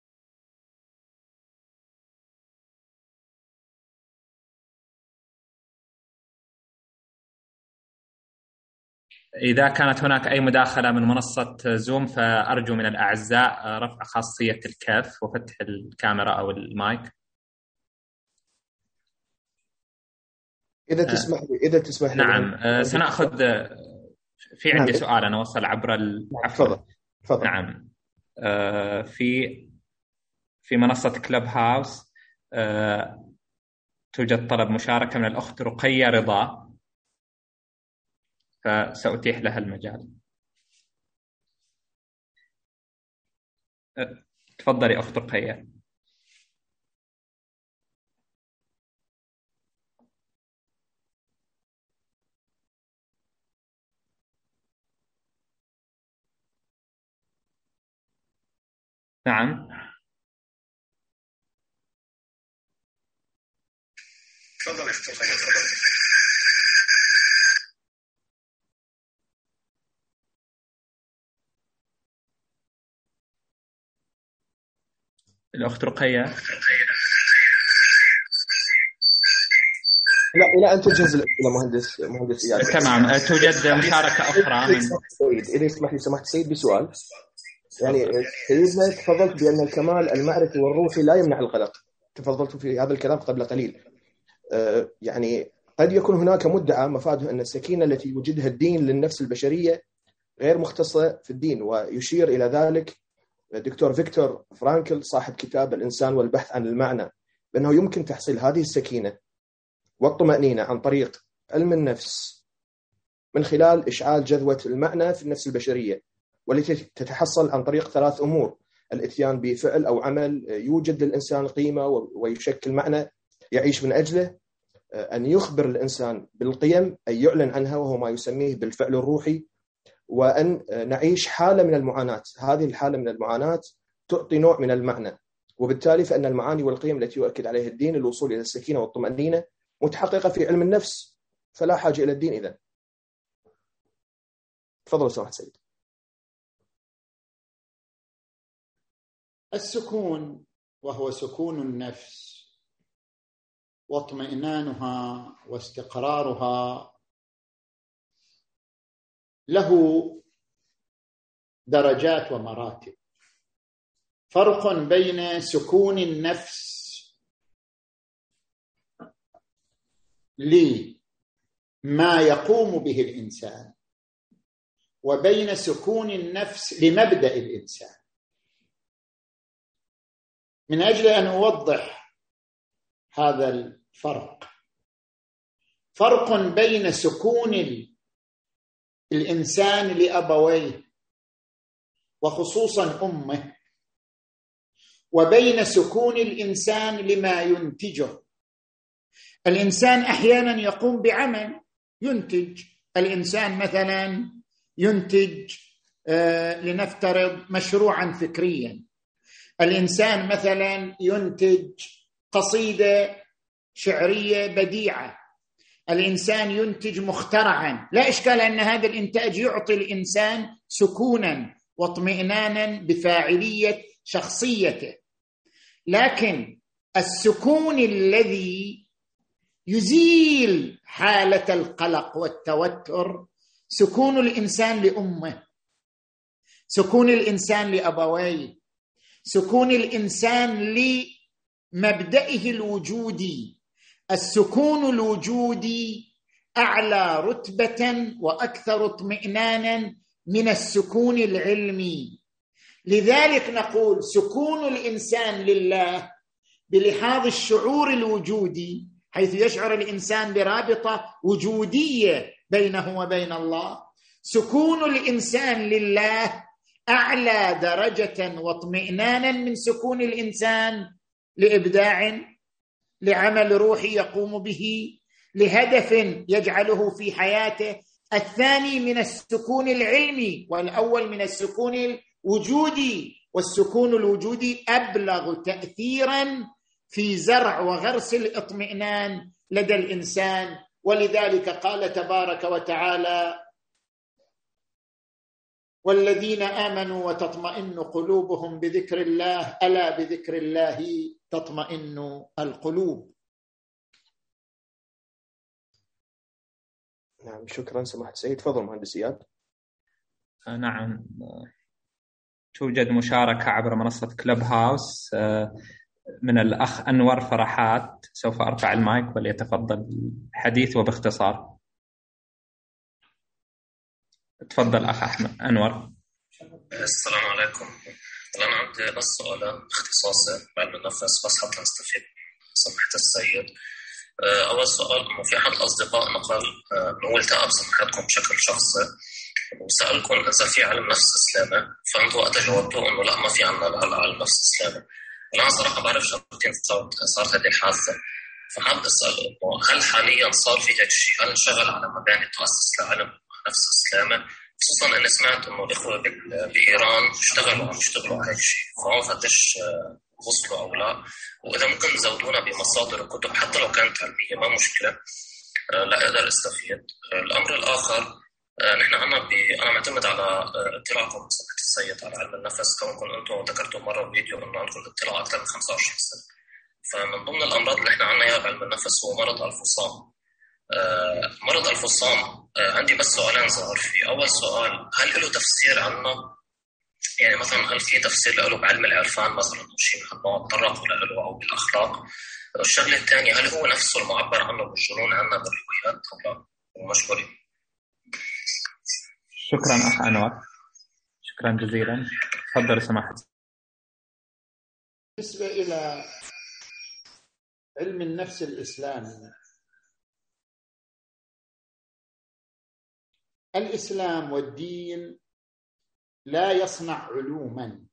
إذا كانت هناك أي مداخلة من منصة زوم فأرجو من الأعزاء رفع خاصية الكاف وفتح الكاميرا أو المايك. إذا تسمح لي. نعم، سنأخذ. في عندي سؤال أنا وصل عبر تفضل. نعم، في منصة كلوب هاوس توجد طلب مشاركة من الأخت رقية رضا، فسأتيح لها المجال. تفضلي أخت رقية. نعم. تفضل تفضل. الأخت رقية. لا إلى أن تجهز الأسئلة مهندس إياد. تمام. توجد مشاركة أخرى من سيد. إذا يسمح لي سماحة السيد بسؤال. يعني سيدنا تفضلت بأن الكمال المعرفي والروحي لا يمنع القلق، تفضلت في هذا الكلام قبل قليل. يعني قد يكون هناك مدعى مفاده أن السكينة التي يوجدها الدين للنفس البشرية غير مختصة في الدين، ويشير إلى ذلك دكتور فيكتور فرانكل صاحب كتاب الإنسان والبحث عن المعنى، بأنه يمكن تحصيل هذه السكينة والطمأنينة عن طريق علم النفس من خلال إشعال جذوة المعنى في النفس البشرية، والتي تتحصل عن طريق 3 أمور: الإتيان بفعل أو عمل يوجد للإنسان قيمة ويشكل معنى يعيش من أجله، أن يخبر الإنسان بالقيم أي يعلن عنها وهو ما يسميه بالفعل الروحي، وأن نعيش حالة من المعاناة. هذه الحالة من المعاناة تعطي نوع من المعنى، وبالتالي فإن المعاني والقيم التي يؤكد عليها الدين الوصول إلى السكينة والطمأنينة متحققة في علم النفس، فلا حاجة إلى الدين إذن. تفضل سماحة السيد. السكون، وهو سكون النفس واطمئنانها واستقرارها، له درجات ومراتب. فرق بين سكون النفس لما يقوم به الإنسان وبين سكون النفس لمبدأ الإنسان. من أجل أن أوضح هذا الفرق، فرق بين سكون الإنسان لأبويه وخصوصا أمه، وبين سكون الإنسان لما ينتجه. الإنسان أحيانا يقوم بعمل ينتج، الإنسان مثلا ينتج لنفترض مشروعا فكريا، الإنسان مثلا ينتج قصيدة شعرية بديعة، الإنسان ينتج مخترعا. لا إشكال أن هذا الإنتاج يعطي الإنسان سكونا واطمئنانا بفاعلية شخصيته، لكن السكون الذي يزيل حالة القلق والتوتر سكون الإنسان لأمه، سكون الإنسان لأبويه، سكون الإنسان لمبدئه الوجودي. السكون الوجودي أعلى رتبة وأكثر اطمئنانا من السكون العلمي. لذلك نقول سكون الإنسان لله بلحاظ الشعور الوجودي، حيث يشعر الإنسان برابطة وجودية بينه وبين الله. سكون الإنسان لله أعلى درجة واطمئنانا من سكون الإنسان لإبداع، لعمل روحي يقوم به، لهدف يجعله في حياته. الثاني من السكون العلمي والأول من السكون الوجودي، والسكون الوجودي أبلغ تأثيرا في زرع وغرس الاطمئنان لدى الإنسان. ولذلك قال تبارك وتعالى: والذين آمنوا وتطمئن قلوبهم بذكر الله ألا بذكر الله تطمئن القلوب. نعم، شكرا سماحة السيد. تفضل مهندس إياد. نعم، توجد مشاركة عبر منصة كلوب هاوس من الأخ أنور فرحات. سوف أرفع المايك وليتفضل الحديث وباختصار. تفضل أخ أحمد أنور. السلام عليكم. أنا عندي بس سؤالين اختصاصي بعلم النفس بس حتى نستفيد سماحة السيد. أول سؤال، إنه في أحد الأصدقاء نقل إنه التقى بسماحتكم بشكل شخصي وسألكم إذا في علم نفس إسلامي، فأنتوا وقتها جاوبتوا إنه لا، ما في عنا علم نفس إسلامي. أنا صراحة بعرف شغلتين صارت هذه الحادثة، فحاب أسأل إنه هل حاليا صار في هيك شيء؟ هل انشغل على مباني تأسس لعلم نفس إسلامي خصوصا اني سمعت انه الاخوه بايران عم يشتغلوا على هيك شيء، فما فتش وصلوا او لا، واذا ممكن تزودونا بمصادر وكتب حتى لو كانت علميه ما مشكله، لا اقدر استفيد. الامر الاخر، نحن انا معتمد على اطلاعكم بصحة السيد على علم النفس، كونكم انتم ذكرتوا مره بفيديو انه عندكم اطلاع اكثر من 25 سنه. فمن ضمن الامراض اللي نحن عندنا اياها بعلم النفس هو مرض الفصام. مرض الفصام عندي بس سؤالين ظهر فيه. اول سؤال، هل له تفسير عنا؟ يعني مثلا هل في تفسير له بعلم العرفان مثلا او شيء من هالنوع تطرقوا له او بالاخلاق؟ والشغله الثانيه، هل هو نفسه المعبر عنه بالجنون عنا بالروايات او لا؟ ومشكورين. شكرا اخ انور، شكرا جزيلا. تفضل سماحة. بالنسبة إلى علم النفس الإسلامي، الإسلام والدين لا يصنع علوما،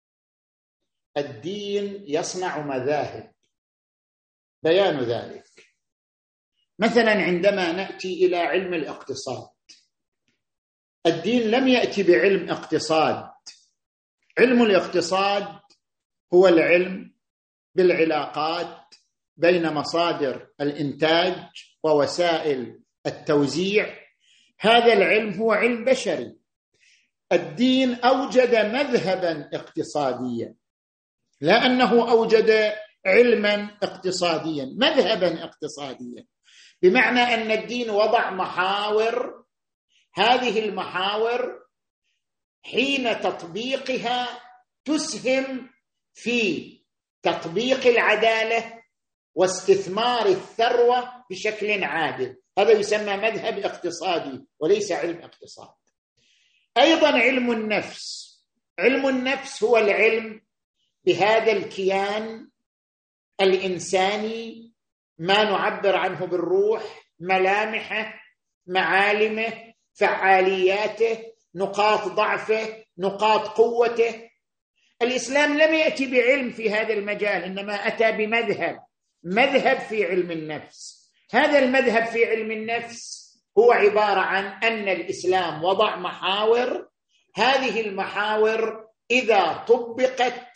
الدين يصنع مذاهب. بيان ذلك مثلا عندما نأتي إلى علم الاقتصاد، الدين لم يأتي بعلم اقتصاد. علم الاقتصاد هو العلم بالعلاقات بين مصادر الإنتاج ووسائل التوزيع. هذا العلم هو علم بشري. الدين أوجد مذهبا اقتصاديا، لا أنه أوجد علما اقتصاديا، مذهبا اقتصاديا، بمعنى أن الدين وضع محاور. هذه المحاور حين تطبيقها تسهم في تطبيق العدالة واستثمار الثروة بشكل عادل. هذا يسمى مذهب اقتصادي وليس علم اقتصاد. أيضا علم النفس، علم النفس هو العلم بهذا الكيان الإنساني، ما نعبر عنه بالروح، ملامحه، معالمه، فعالياته، نقاط ضعفه، نقاط قوته. الإسلام لم يأتي بعلم في هذا المجال، إنما أتى مذهب في علم النفس. هذا المذهب في علم النفس هو عبارة عن أن الإسلام وضع محاور. هذه المحاور إذا طبقت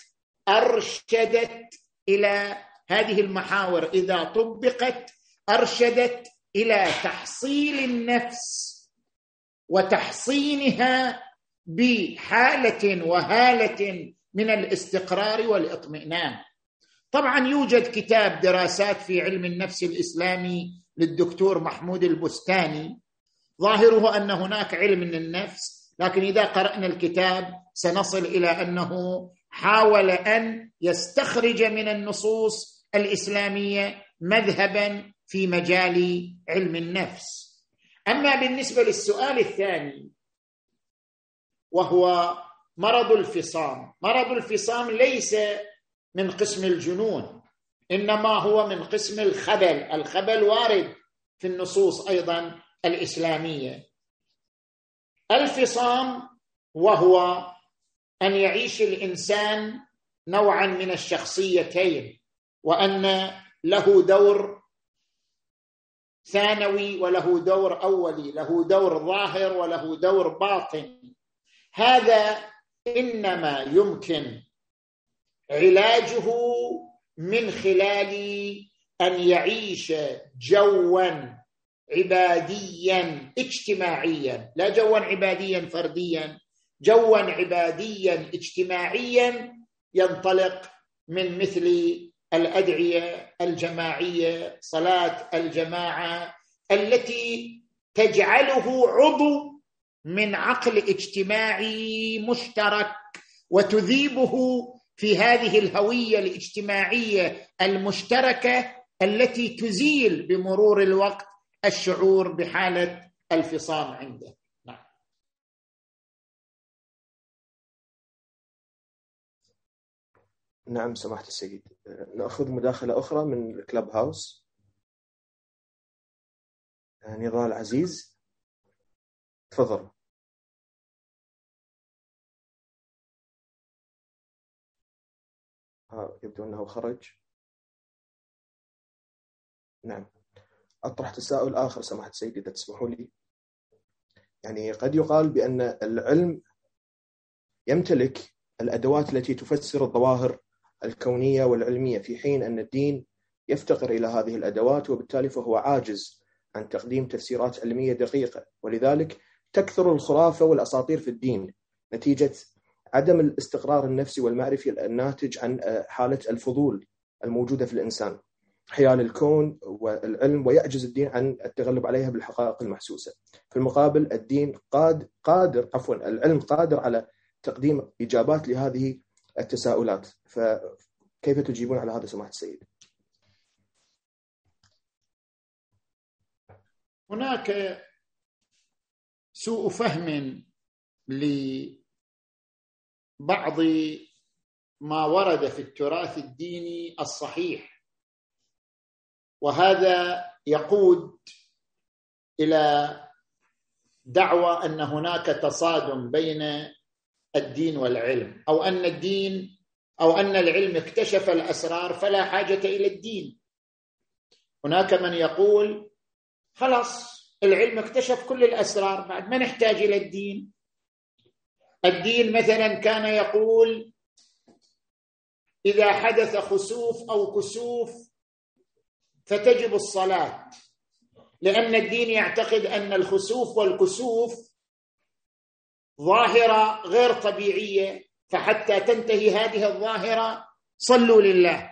أرشدت إلى تحصيل النفس وتحصينها بحالة وهالة من الاستقرار والاطمئنان. طبعا يوجد كتاب دراسات في علم النفس الإسلامي للدكتور محمود البستاني، ظاهره أن هناك علم من النفس، لكن إذا قرأنا الكتاب سنصل إلى أنه حاول أن يستخرج من النصوص الإسلامية مذهبا في مجال علم النفس. أما بالنسبة للسؤال الثاني وهو مرض الفصام، مرض الفصام ليس من قسم الجنون، إنما هو من قسم الخبل. الخبل وارد في النصوص أيضا الإسلامية. الفصام وهو أن يعيش الإنسان نوعا من الشخصيتين، وأن له دور ثانوي وله دور أولي، له دور ظاهر وله دور باطن. هذا إنما يمكن علاجه من خلال أن يعيش جوا عباديا اجتماعيا، لا جوا عباديا فرديا، جوا عباديا اجتماعيا ينطلق من مثل الأدعية الجماعية، صلاة الجماعة، التي تجعله عضو من عقل اجتماعي مشترك وتذيبه في هذه الهوية الاجتماعية المشتركة التي تزيل بمرور الوقت الشعور بحالة الفصام عنده. نعم سماحة السيد، نأخذ مداخلة أخرى من الكلاب هاوس. نضال عزيز، تفضل. يبدو أنه خرج. نعم، أطرح تساؤل آخر سماحة السيد إذا تسمحوا لي. يعني قد يقال بأن العلم يمتلك الأدوات التي تفسر الظواهر الكونية والعلمية، في حين أن الدين يفتقر إلى هذه الأدوات، وبالتالي فهو عاجز عن تقديم تفسيرات علمية دقيقة. ولذلك تكثر الخرافة والأساطير في الدين نتيجة عدم الاستقرار النفسي والمعرفي الناتج عن حالة الفضول الموجودة في الإنسان حيال الكون والعلم، ويعجز الدين عن التغلب عليها بالحقائق المحسوسة. في المقابل الدين العلم قادر على تقديم إجابات لهذه التساؤلات. فكيف تجيبون على هذا سماحة السيد؟ هناك سوء فهم لبعض ما ورد في التراث الديني الصحيح، وهذا يقود إلى دعوى أن هناك تصادم بين الدين والعلم، أو أن العلم اكتشف الأسرار فلا حاجة إلى الدين. هناك من يقول خلاص العلم اكتشف كل الأسرار، بعد ما نحتاج إلى الدين. الدين مثلا كان يقول إذا حدث خسوف أو كسوف فتجب الصلاة، لأن الدين يعتقد أن الخسوف والكسوف ظاهرة غير طبيعية، فحتى تنتهي هذه الظاهرة صلوا لله.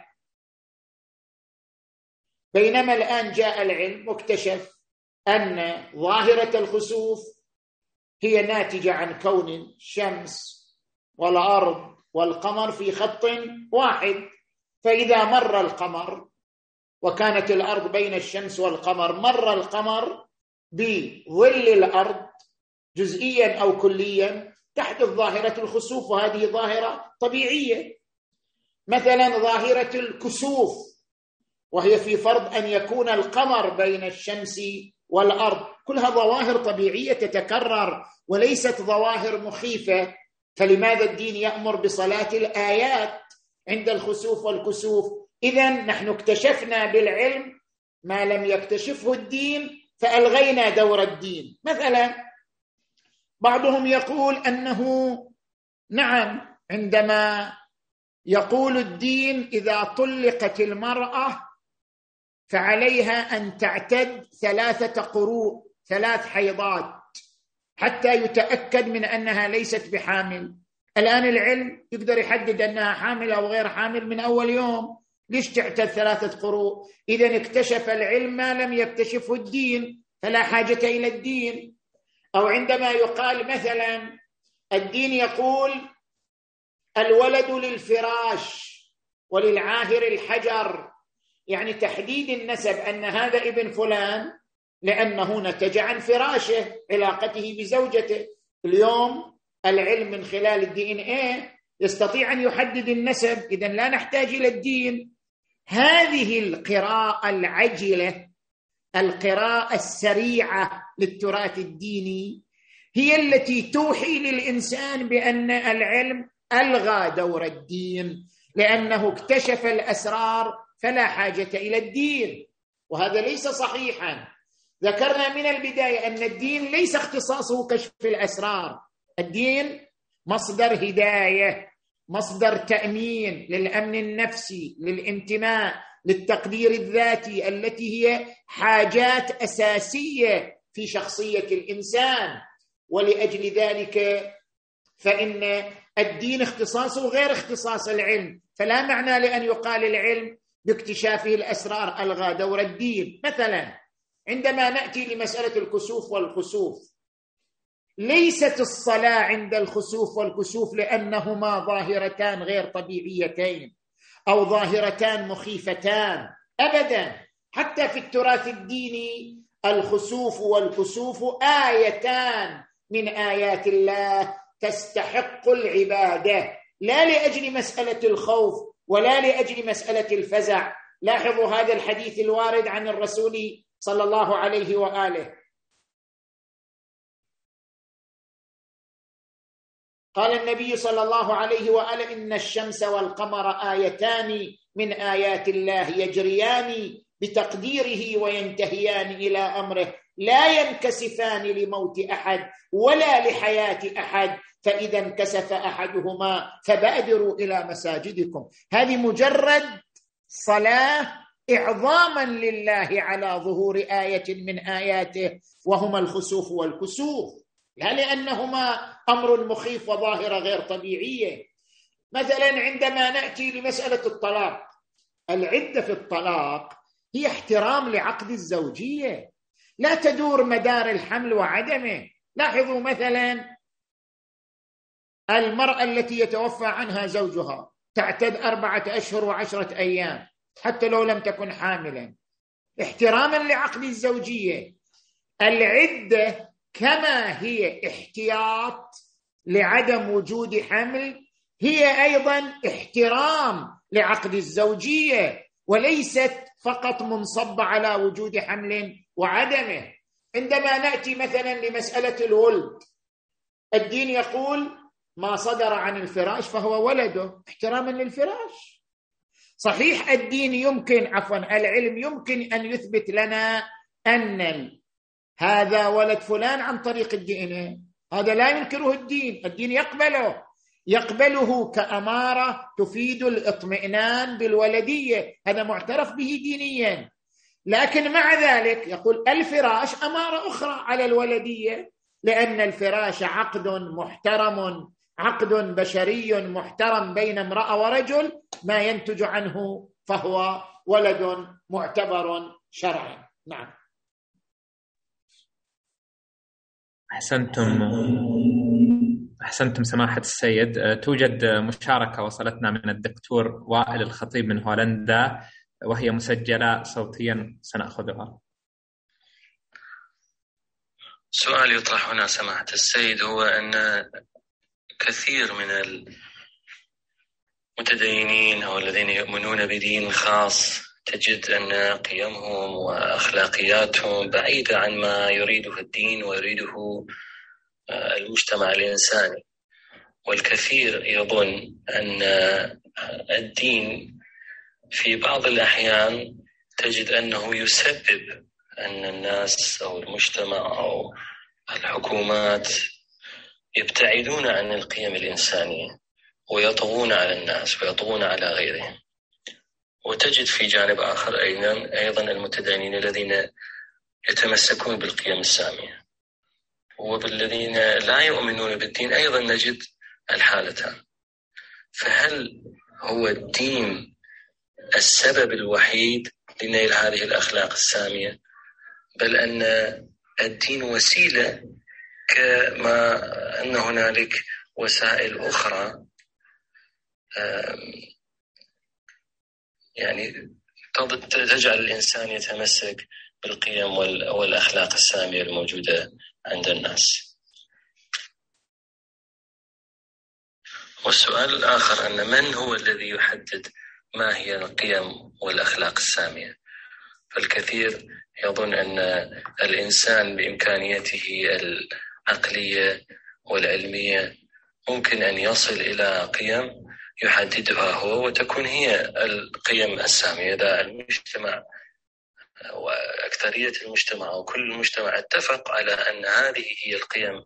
بينما الآن جاء العلم واكتشف أن ظاهرة الخسوف هي ناتجة عن كون الشمس والأرض والقمر في خط واحد، فإذا مر القمر وكانت الأرض بين الشمس والقمر، مر القمر بظل الأرض جزئيا أو كليا، تحدث ظاهرة الخسوف، وهذه ظاهرة طبيعية. مثلا ظاهرة الكسوف، وهي في فرض أن يكون القمر بين الشمس والأرض، كلها ظواهر طبيعية تتكرر وليست ظواهر مخيفة. فلماذا الدين يأمر بصلاة الآيات عند الخسوف والكسوف؟ إذن نحن اكتشفنا بالعلم ما لم يكتشفه الدين، فألغينا دور الدين. مثلا بعضهم يقول أنه نعم، عندما يقول الدين إذا طلقت المرأة فعليها أن تعتد 3 قروء، 3 حيضات، حتى يتأكد من أنها ليست بحامل. الآن العلم يقدر يحدد أنها حامل أو غير حامل من أول يوم، ليش تعتد 3 قروء؟ إذن اكتشف العلم ما لم يكتشفه الدين، فلا حاجة إلى الدين. أو عندما يقال مثلا الدين يقول الولد للفراش وللعاهر الحجر، يعني تحديد النسب أن هذا ابن فلان لأنه نتج عن فراشه، علاقته بزوجته. اليوم العلم من خلال DNA يستطيع أن يحدد النسب، إذن لا نحتاج إلى الدين. هذه القراءة العجلة، القراءة السريعة للتراث الديني، هي التي توحي للإنسان بأن العلم ألغى دور الدين، لأنه اكتشف الأسرار فلا حاجة إلى الدين، وهذا ليس صحيحا. ذكرنا من البداية أن الدين ليس اختصاصه كشف الأسرار، الدين مصدر هداية، مصدر تأمين للأمن النفسي، للانتماء، للتقدير الذاتي، التي هي حاجات أساسية في شخصية الإنسان. ولأجل ذلك فإن الدين اختصاصه غير اختصاص العلم، فلا معنى لأن يقال العلم باكتشافه الأسرار ألغى دور الدين. مثلا عندما نأتي لمسألة الكسوف والخسوف، ليست الصلاة عند الخسوف والكسوف لأنهما ظاهرتان غير طبيعيتين أو ظاهرتان مخيفتان، أبدا. حتى في التراث الديني الخسوف والكسوف آيتان من آيات الله تستحق العبادة، لا لأجل مسألة الخوف ولا لأجل مسألة الفزع. لاحظوا هذا الحديث الوارد عن الرسول صلى الله عليه وآله، قال النبي صلى الله عليه وآله إن الشمس والقمر آيتان من آيات الله يجريان بتقديره وينتهيان إلى أمره لا ينكسفان لموت أحد ولا لحياة أحد، فإذا انكسف أحدهما فبادروا إلى مساجدكم. هذه مجرد صلاة إعظاما لله على ظهور آية من آياته، وهما الخسوف والكسوف، لا لأنهما أمر مخيف وظاهرة غير طبيعية. مثلا عندما نأتي لمسألة الطلاق، العدة في الطلاق هي احترام لعقد الزوجية، لا تدور مدار الحمل وعدمه. لاحظوا مثلا المرأة التي يتوفى عنها زوجها تعتد 4 أشهر و10 أيام حتى لو لم تكن حاملا، احتراما لعقد الزوجية. العدة كما هي احتياط لعدم وجود حمل، هي أيضا احترام لعقد الزوجية، وليست فقط منصبة على وجود حمل وعدمه. عندما نأتي مثلا لمسألة الولد، الدين يقول ما صدر عن الفراش فهو ولده، احتراما للفراش. صحيح الدين العلم يمكن أن يثبت لنا أن هذا ولد فلان عن طريق الدي، هذا لا ينكره الدين يقبله كأمارة تفيد الاطمئنان بالولدية، هذا معترف به دينيا. لكن مع ذلك يقول الفراش أمارة أخرى على الولدية، لأن الفراش عقد محترم، عقد بشري محترم بين امرأة ورجل، ما ينتج عنه فهو ولد معتبر شرعا. نعم. أحسنتم سماحة السيد. توجد مشاركة وصلتنا من الدكتور وائل الخطيب من هولندا، وهي مسجلة صوتيا، سنأخذها. سؤال يطرح هنا سماحة السيد هو أن كثير من المتدينين أو الذين يؤمنون بدين خاص تجد أن قيمهم وأخلاقياتهم بعيدة عن ما يريده الدين ويريده المجتمع الإنساني، والكثير يظن أن الدين في بعض الأحيان تجد أنه يسبب أن الناس أو المجتمع أو الحكومات يبتعدون عن القيم الإنسانية ويطغون على الناس ويطغون على غيرهم. وتجد في جانب آخر أيضا المتدينين الذين يتمسكون بالقيم السامية، وبالذين لا يؤمنون بالدين أيضا نجد الحالتان. فهل هو الدين السبب الوحيد لنيل هذه الأخلاق السامية، بل أن الدين وسيلة كما أن هنالك وسائل أخرى يعني تجعل الإنسان يتمسك بالقيم والأخلاق السامية الموجودة عند الناس؟ والسؤال الآخر أن من هو الذي يحدد ما هي القيم والأخلاق السامية؟ فالكثير يظن أن الإنسان بإمكانيته العقلية والعلمية ممكن أن يصل إلى قيم يحددها هو وتكون هي القيم السامية. إذا المجتمع وأكثرية المجتمع أو كل المجتمع اتفق على أن هذه هي القيم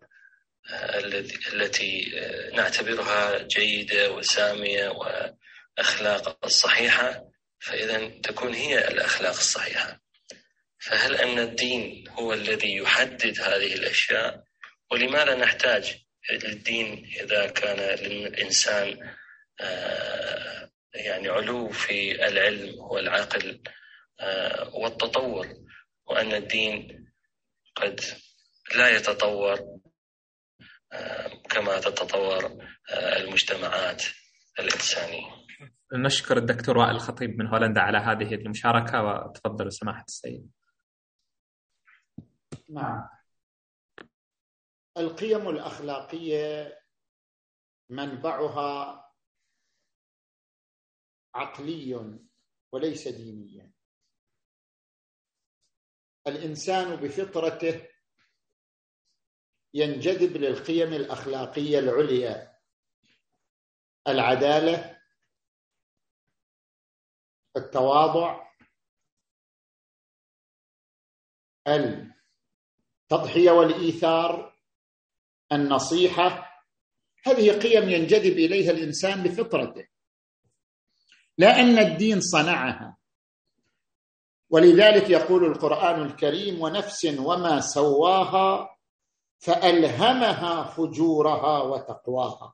التي نعتبرها جيدة وسامية وأخلاق الصحيحة، فإذا تكون هي الأخلاق الصحيحة. فهل أن الدين هو الذي يحدد هذه الأشياء؟ ولماذا نحتاج الدين إذا كان للإنسان يعني علو في العلم والعقل والتطور، وأن الدين قد لا يتطور كما تتطور المجتمعات الإنسانية؟ نشكر الدكتور وائل الخطيب من هولندا على هذه المشاركة، وتفضل سماحة السيد. نعم، القيم الأخلاقية منبعها عقلي وليس دينيا. الإنسان بفطرته ينجذب للقيم الأخلاقية العليا: العدالة، التواضع، التضحية والإيثار، النصيحة، هذه قيم ينجذب إليها الإنسان بفطرته، لا أن الدين صنعها. ولذلك يقول القرآن الكريم: ونفس وما سواها فألهمها فجورها وتقواها.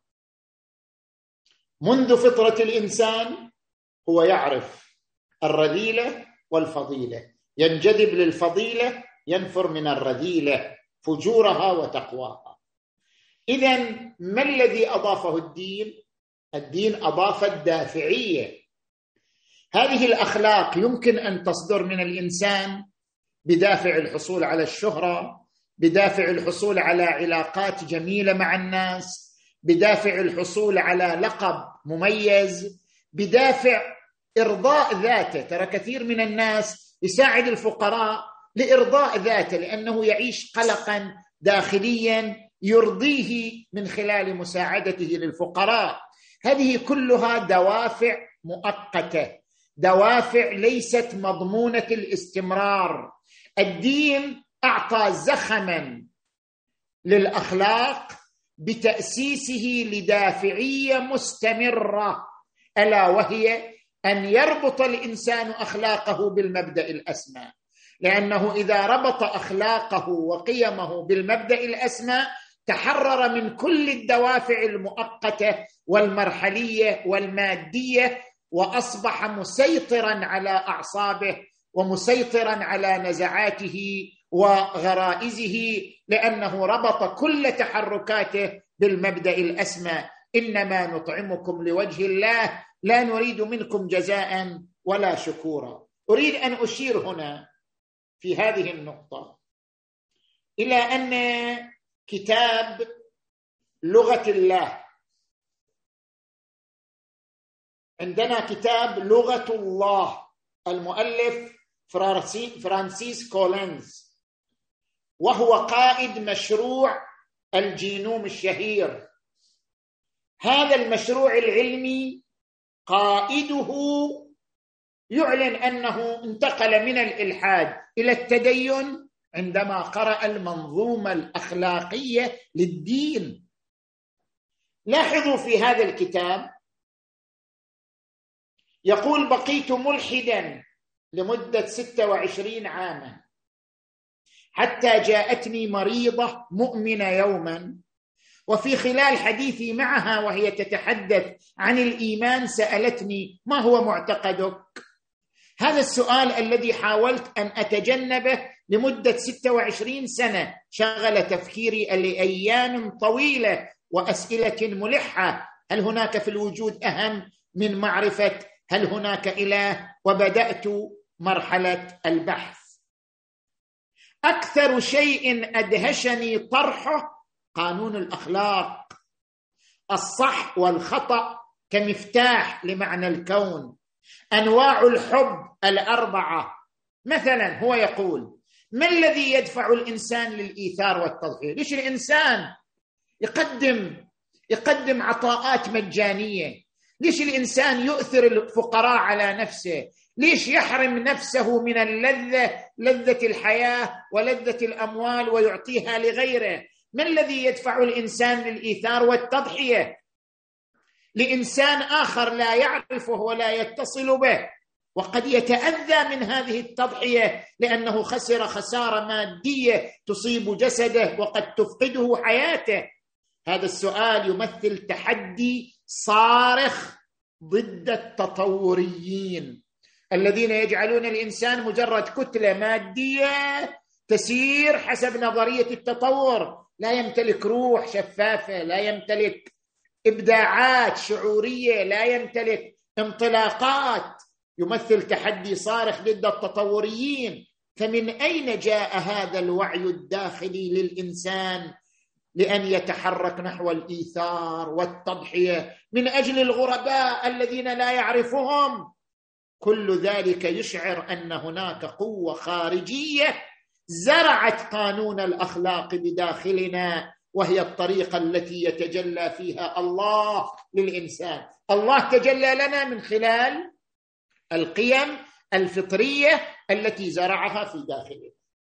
منذ فطرة الإنسان هو يعرف الرذيلة والفضيلة، ينجذب للفضيلة، ينفر من الرذيلة، فجورها وتقواها. إذن ما الذي أضافه الدين؟ الدين أضاف الدافعية. هذه الأخلاق يمكن أن تصدر من الإنسان بدافع الحصول على الشهرة، بدافع الحصول على علاقات جميلة مع الناس، بدافع الحصول على لقب مميز، بدافع إرضاء ذاته. ترى كثير من الناس يساعد الفقراء لإرضاء ذاته، لأنه يعيش قلقا داخليا يرضيه من خلال مساعدته للفقراء. هذه كلها دوافع مؤقتة، دوافع ليست مضمونة الاستمرار. الدين أعطى زخما للأخلاق بتأسيسه لدافعية مستمرة، ألا وهي أن يربط الإنسان أخلاقه بالمبدأ الأسمى، لأنه إذا ربط أخلاقه وقيمه بالمبدأ الأسمى تحرر من كل الدوافع المؤقتة والمرحلية والمادية، وأصبح مسيطرا على أعصابه ومسيطرا على نزعاته وغرائزه، لأنه ربط كل تحركاته بالمبدأ الأسمى: إنما نطعمكم لوجه الله لا نريد منكم جزاء ولا شكورا. أريد أن أشير هنا في هذه النقطة إلى أن كتاب لغة الله، عندنا كتاب لغة الله، المؤلف فرانسيس كولينز، وهو قائد مشروع الجينوم الشهير. هذا المشروع العلمي قائده يعلن أنه انتقل من الإلحاد إلى التدين عندما قرأ المنظومة الأخلاقية للدين. لاحظوا في هذا الكتاب يقول: بقيت ملحدا لمدة 26 عاما حتى جاءتني مريضة مؤمنة يوما، وفي خلال حديثي معها وهي تتحدث عن الإيمان سألتني: ما هو معتقدك؟ هذا السؤال الذي حاولت أن أتجنبه لمدة 26 سنة شغل تفكيري لأيام طويلة وأسئلة ملحة: هل هناك في الوجود أهم من معرفة هل هناك إله؟ وبدأت مرحلة البحث. أكثر شيء أدهشني طرحه قانون الأخلاق، الصح والخطأ كمفتاح لمعنى الكون، أنواع الحب ال4. مثلا هو يقول: ما الذي يدفع الإنسان للإيثار والتضحية؟ ليش الإنسان يقدم عطاءات مجانية؟ ليش الإنسان يؤثر الفقراء على نفسه؟ ليش يحرم نفسه من لذة الحياة ولذة الأموال ويعطيها لغيره؟ ما الذي يدفع الإنسان للإيثار والتضحية لإنسان آخر لا يعرفه ولا يتصل به، وقد يتأذى من هذه التضحية لأنه خسر خسارة مادية تصيب جسده وقد تفقده حياته؟ هذا السؤال يمثل تحدي صارخ ضد التطوريين الذين يجعلون الإنسان مجرد كتلة مادية تسير حسب نظرية التطور، لا يمتلك روح شفافة، لا يمتلك إبداعات شعورية، لا يمتلك انطلاقات. يمثل تحدي صارخ ضد التطوريين. فمن أين جاء هذا الوعي الداخلي للإنسان لأن يتحرك نحو الإيثار والتضحية من أجل الغرباء الذين لا يعرفهم؟ كل ذلك يشعر أن هناك قوة خارجية زرعت قانون الأخلاق بداخلنا، وهي الطريقة التي يتجلى فيها الله للإنسان. الله تجلى لنا من خلال القيم الفطرية التي زرعها في داخلنا.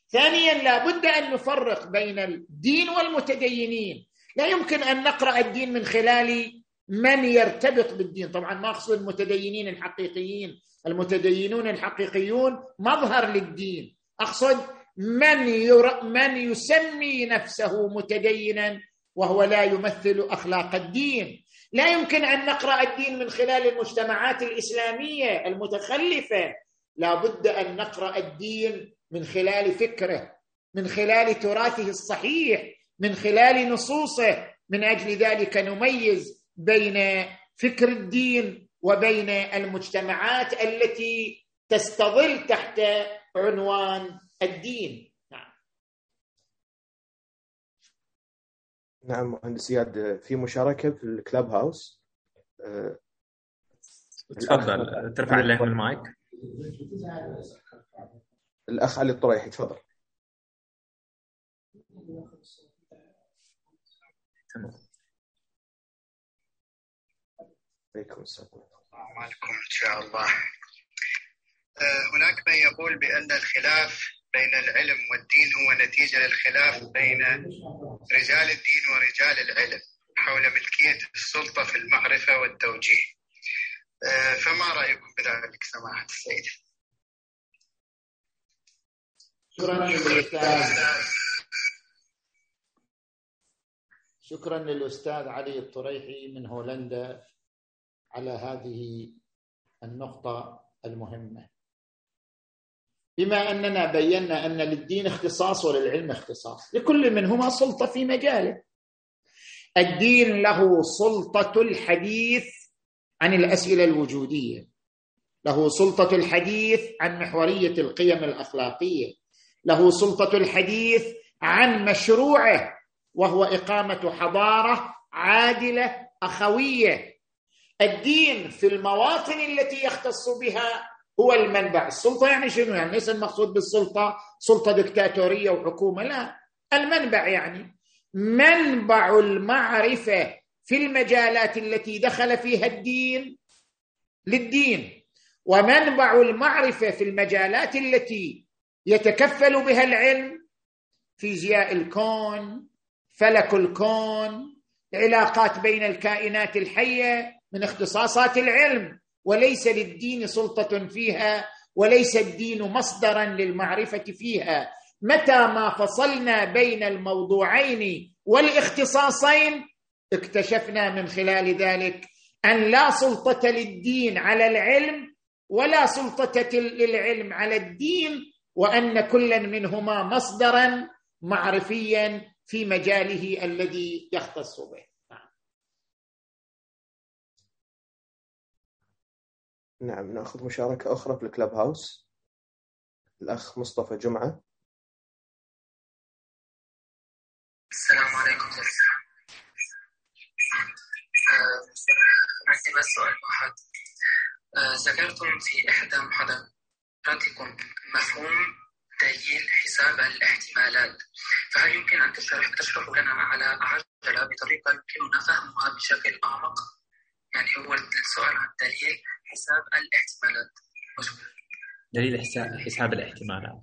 ثانيا لا بد أن نفرق بين الدين والمتدينين. لا يمكن أن نقرأ الدين من خلال من يرتبط بالدين. طبعا ما أقصد المتدينين الحقيقيين، المتدينون الحقيقيون مظهر للدين، أقصد من يسمي نفسه متدينا وهو لا يمثل أخلاق الدين. لا يمكن أن نقرأ الدين من خلال المجتمعات الإسلامية المتخلفة، لا بد أن نقرأ الدين من خلال فكره، من خلال تراثه الصحيح، من خلال نصوصه. من أجل ذلك نميز بين فكر الدين وبين المجتمعات التي تستظل تحت عنوان الدين. نعم مهندس زياد، في مشاركة في الكلاب هاوس. تفضل ترفع عليه المايك. الأخ علي الطريحي تفضل. تمام. عليكم السلام. السلام عليكم إن شاء الله. هناك من يقول بأن الخلاف بين العلم والدين هو نتيجة للخلاف بين رجال الدين ورجال العلم حول ملكية السلطة في المعرفة والتوجيه، فما رأيكم بذلك سماحة السيد؟ شكرا للأستاذ علي الطريحي من هولندا على هذه النقطة المهمة. بما أننا بينا أن للدين اختصاص وللعلم اختصاص، لكل منهما سلطة في مجاله. الدين له سلطة الحديث عن الأسئلة الوجودية، له سلطة الحديث عن محورية القيم الأخلاقية، له سلطة الحديث عن مشروعه وهو إقامة حضارة عادلة أخوية. الدين في المواطن التي يختص بها هو المنبع. السلطة يعني شنو؟ يعني ليس المقصود بالسلطة سلطة دكتاتورية وحكومة، لا، المنبع يعني منبع المعرفة في المجالات التي دخل فيها الدين للدين، ومنبع المعرفة في المجالات التي يتكفل بها العلم، فيزياء الكون، فلك الكون، العلاقات بين الكائنات الحية، من اختصاصات العلم، وليس للدين سلطة فيها، وليس الدين مصدرا للمعرفة فيها. متى ما فصلنا بين الموضوعين والاختصاصين اكتشفنا من خلال ذلك أن لا سلطة للدين على العلم ولا سلطة للعلم على الدين، وأن كل منهما مصدرا معرفيا في مجاله الذي يختص به. نعم، نأخذ مشاركة أخرى في الكلاب هاوس. الأخ مصطفى جمعة. السلام عليكم. عندي بس سؤال واحد. ذكرتم في إحدى محاضراتكم مفهوم دليل حساب الاحتمالات، فهل يمكن أن تشرحوا لنا على عجلة بطريقة يمكننا فهمها بشكل أعمق؟ يعني هو السؤال عن دليل حساب الاحتمالات. دليل حساب الاحتمالات.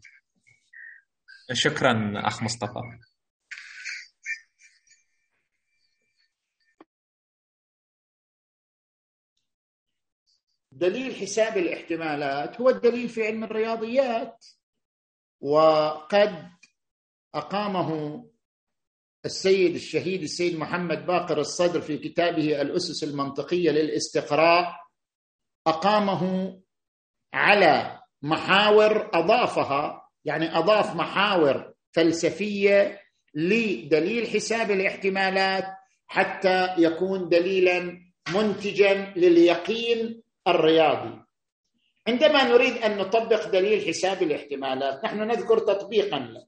شكرا أخ مصطفى. دليل حساب الاحتمالات هو الدليل في علم الرياضيات، وقد أقامه السيد الشهيد السيد محمد باقر الصدر في كتابه الأسس المنطقية للاستقراء، أقامه على محاور أضافها، يعني أضاف محاور فلسفية لدليل حساب الاحتمالات حتى يكون دليلا منتجا لليقين الرياضي. عندما نريد أن نطبق دليل حساب الاحتمالات نحن نذكر تطبيقا له.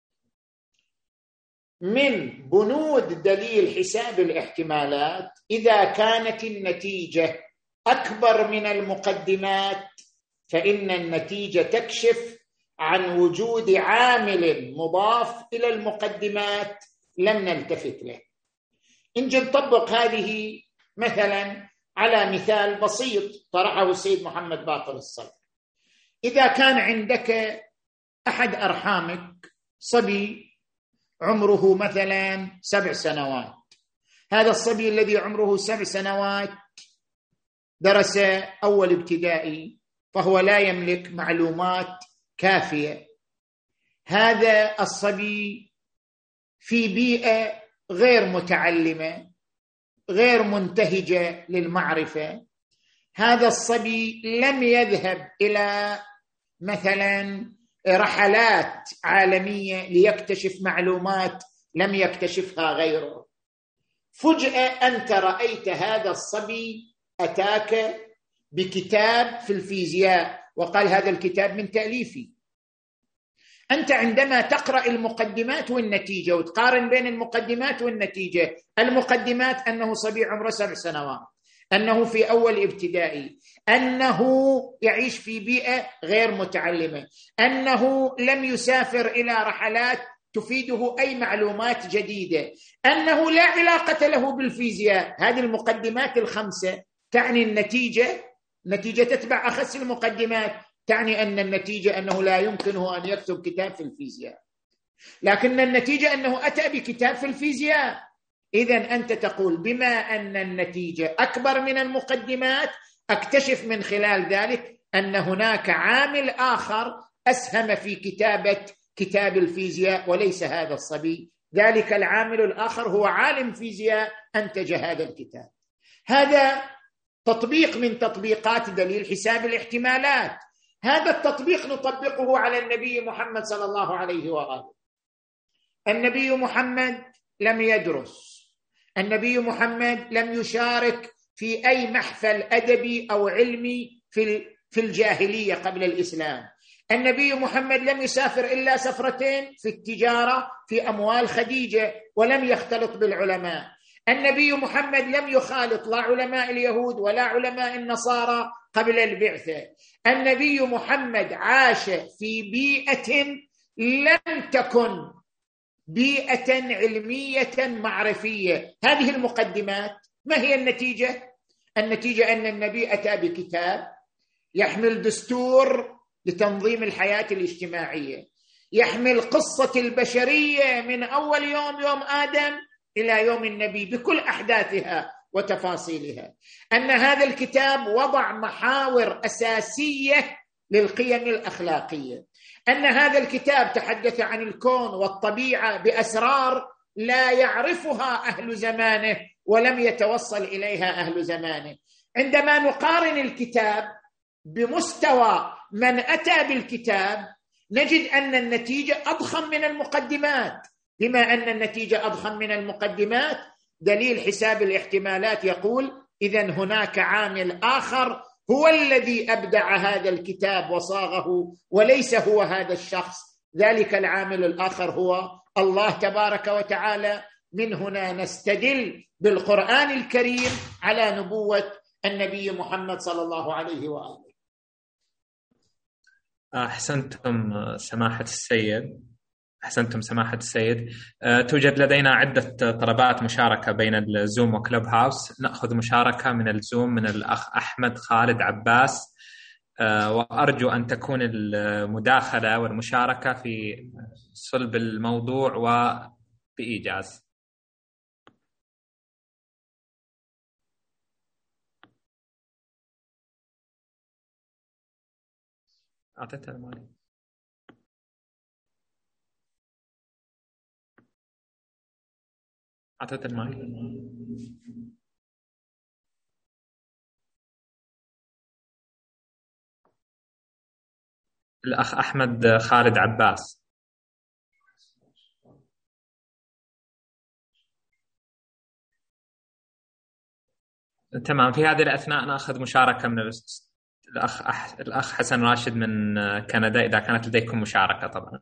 من بنود دليل حساب الاحتمالات إذا كانت النتيجة أكبر من المقدمات فإن النتيجة تكشف عن وجود عامل مضاف إلى المقدمات لم نلتفت له. نجي نطبق هذه مثلا على مثال بسيط طرحه السيد محمد باقر الصدر. إذا كان عندك أحد أرحامك صبي عمره مثلا 7 سنوات، هذا الصبي الذي عمره 7 سنوات درس أول ابتدائي، فهو لا يملك معلومات كافية. هذا الصبي في بيئة غير متعلمة، غير منتهجة للمعرفة. هذا الصبي لم يذهب إلى مثلا رحلات عالمية ليكتشف معلومات لم يكتشفها غيره. فجأة أنت رأيت هذا الصبي أتاك بكتاب في الفيزياء وقال هذا الكتاب من تأليفي. أنت عندما تقرأ المقدمات والنتيجة وتقارن بين المقدمات والنتيجة، المقدمات أنه صبي عمره 7 سنوات، أنه في أول ابتدائي، أنه يعيش في بيئة غير متعلمة، أنه لم يسافر إلى رحلات تفيده أي معلومات جديدة، أنه لا علاقة له بالفيزياء. هذه المقدمات الخمسة تعني النتيجة تتبع أخس المقدمات، تعني أن النتيجة أنه لا يمكنه أن يكتب كتاب في الفيزياء، لكن النتيجة أنه أتى بكتاب في الفيزياء. إذن أنت تقول بما أن النتيجة أكبر من المقدمات، أكتشف من خلال ذلك أن هناك عامل آخر أسهم في كتابة كتاب الفيزياء وليس هذا الصبي. ذلك العامل الآخر هو عالم فيزياء أنتج هذا الكتاب. هذا تطبيق من تطبيقات دليل حساب الاحتمالات. هذا التطبيق نطبقه على النبي محمد صلى الله عليه وآله. النبي محمد لم يدرس، النبي محمد لم يشارك في أي محفل أدبي أو علمي في الجاهلية قبل الإسلام. النبي محمد لم يسافر إلا سفرتين في التجارة في أموال خديجة، ولم يختلط بالعلماء. النبي محمد لم يخالط لا علماء اليهود ولا علماء النصارى قبل البعثة. النبي محمد عاش في بيئة لم تكن بيئة علمية معرفية. هذه المقدمات. ما هي النتيجة؟ النتيجة أن النبي أتى بكتاب يحمل دستور لتنظيم الحياة الاجتماعية، يحمل قصة البشرية من أول يوم آدم إلى يوم النبي بكل أحداثها وتفاصيلها. أن هذا الكتاب وضع محاور أساسية للقيم الأخلاقية. أن هذا الكتاب تحدث عن الكون والطبيعة بأسرار لا يعرفها أهل زمانه ولم يتوصل إليها أهل زمانه. عندما نقارن الكتاب بمستوى من أتى بالكتاب نجد أن النتيجة أضخم من المقدمات. بما أن النتيجة أضخم من المقدمات، دليل حساب الاحتمالات يقول إذن هناك عامل آخر هو الذي أبدع هذا الكتاب وصاغه، وليس هو هذا الشخص. ذلك العامل الآخر هو الله تبارك وتعالى. من هنا نستدل بالقرآن الكريم على نبوة النبي محمد صلى الله عليه وآله. أحسنتم سماحة السيد. توجد لدينا عدة طلبات مشاركة بين الزوم وكلوب هاوس. نأخذ مشاركة من الزوم من الأخ أحمد خالد عباس، وأرجو أن تكون المداخلة والمشاركة في صلب الموضوع وبإيجاز. أعطيت المالي. أعطيت المايك. الأخ أحمد خالد عباس. تمام. في هذه الأثناء نأخذ مشاركة من الأخ حسن راشد من كندا، إذا كانت لديكم مشاركة طبعا.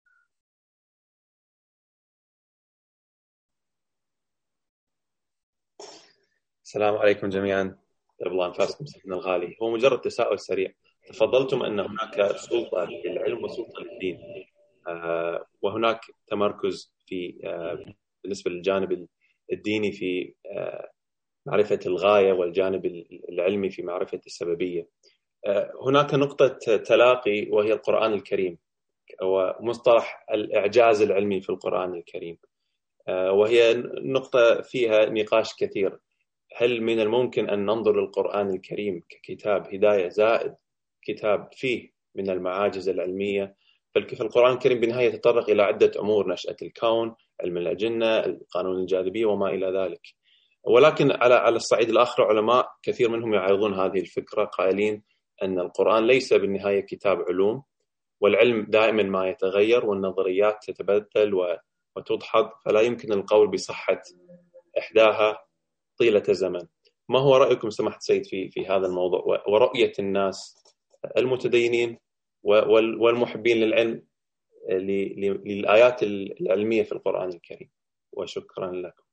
السلام عليكم جميعا. طيب الله أنفاسكم سيدنا الغالي. هو مجرد تساؤل سريع. تفضلتم أن هناك سلطة للعلم وسلطة للدين، وهناك تمركز في بالنسبة للجانب الديني في معرفة الغاية، والجانب العلمي في معرفة السببية. هناك نقطة تلاقي وهي القرآن الكريم. ومصطلح الإعجاز العلمي في القرآن الكريم، وهي نقطة فيها نقاش كثير. هل من الممكن أن ننظر للقرآن الكريم ككتاب هداية زائد كتاب فيه من المعاجز العلمية؟ فالقرآن الكريم بالنهاية يتطرق إلى عدة أمور: نشأة الكون، علم الأجنة، قانون الجاذبية وما إلى ذلك. ولكن على الصعيد الآخر علماء كثير منهم يعارضون هذه الفكرة، قائلين أن القرآن ليس بالنهاية كتاب علوم، والعلم دائما ما يتغير والنظريات تتبدل وتدحض، فلا يمكن القول بصحة إحداها طيلة زمن. ما هو رأيكم سماحة السيد في هذا الموضوع ورؤية الناس المتدينين والمحبين للعلم للآيات العلمية في القرآن الكريم؟ وشكرا لكم.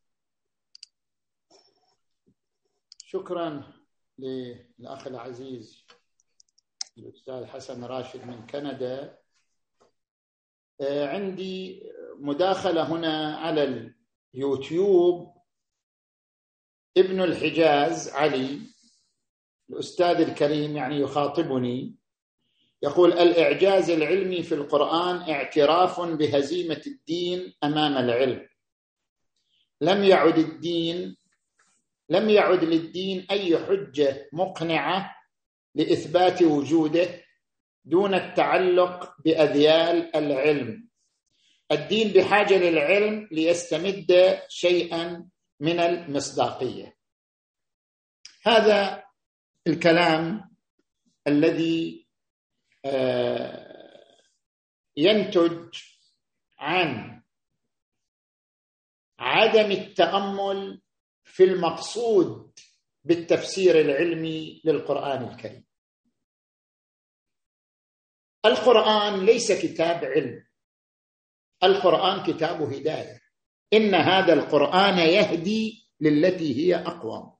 شكرا للأخ العزيز الأستاذ حسن راشد من كندا. عندي مداخلة هنا على اليوتيوب. ابن الحجاز علي الأستاذ الكريم يعني يخاطبني، يقول: الإعجاز العلمي في القرآن اعتراف بهزيمة الدين أمام العلم. لم يعد للدين أي حجة مقنعة لإثبات وجوده دون التعلق بأذيال العلم. الدين بحاجة للعلم ليستمد شيئا من المصداقية. هذا الكلام الذي ينتج عن عدم التأمل في المقصود بالتفسير العلمي للقرآن الكريم. القرآن ليس كتاب علم، القرآن كتاب هداية. إن هذا القرآن يهدي للتي هي أقوم،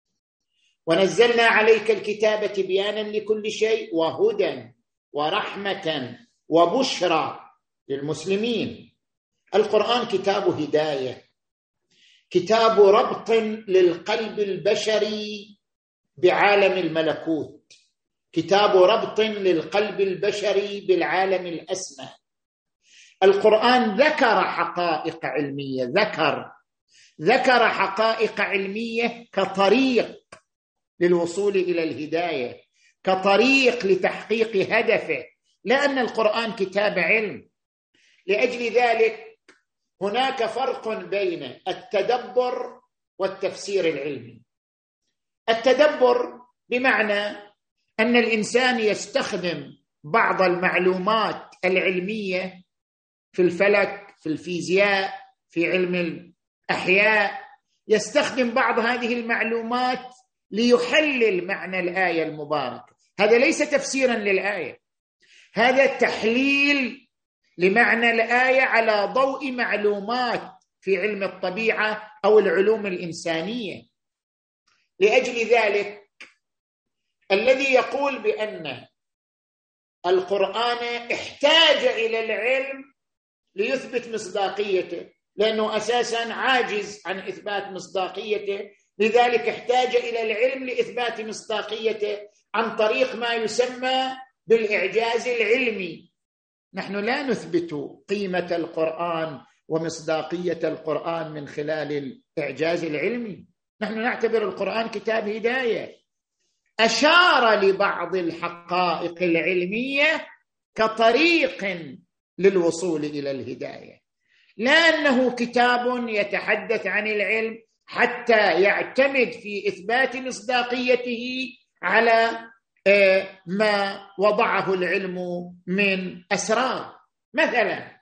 ونزلنا عليك الكتاب تبيانا لكل شيء وهدى ورحمة وبشرى للمسلمين. القرآن كتاب هداية، كتاب ربط للقلب البشري بعالم الملكوت، كتاب ربط للقلب البشري بالعالم الأسمى. القرآن ذكر حقائق علمية، ذكر حقائق علمية كطريق للوصول إلى الهداية، كطريق لتحقيق هدفه، لأن القرآن كتاب علم. لأجل ذلك هناك فرق بين التدبر والتفسير العلمي. التدبر بمعنى أن الإنسان يستخدم بعض المعلومات العلمية في الفلك، في الفيزياء، في علم الأحياء، يستخدم بعض هذه المعلومات ليحلل معنى الآية المباركة. هذا ليس تفسيرا للآية، هذا تحليل لمعنى الآية على ضوء معلومات في علم الطبيعة أو العلوم الإنسانية. لأجل ذلك الذي يقول بأن القرآن احتاج إلى العلم ليثبت مصداقيته، لأنه أساساً عاجز عن إثبات مصداقيته، لذلك احتاج إلى العلم لإثبات مصداقيته عن طريق ما يسمى بالإعجاز العلمي. نحن لا نثبت قيمة القرآن ومصداقية القرآن من خلال الإعجاز العلمي، نحن نعتبر القرآن كتاب هداية، أشار لبعض الحقائق العلمية كطريق للوصول إلى الهداية، لا أنه كتاب يتحدث عن العلم حتى يعتمد في إثبات مصداقيته على ما وضعه العلم من أسرار. مثلا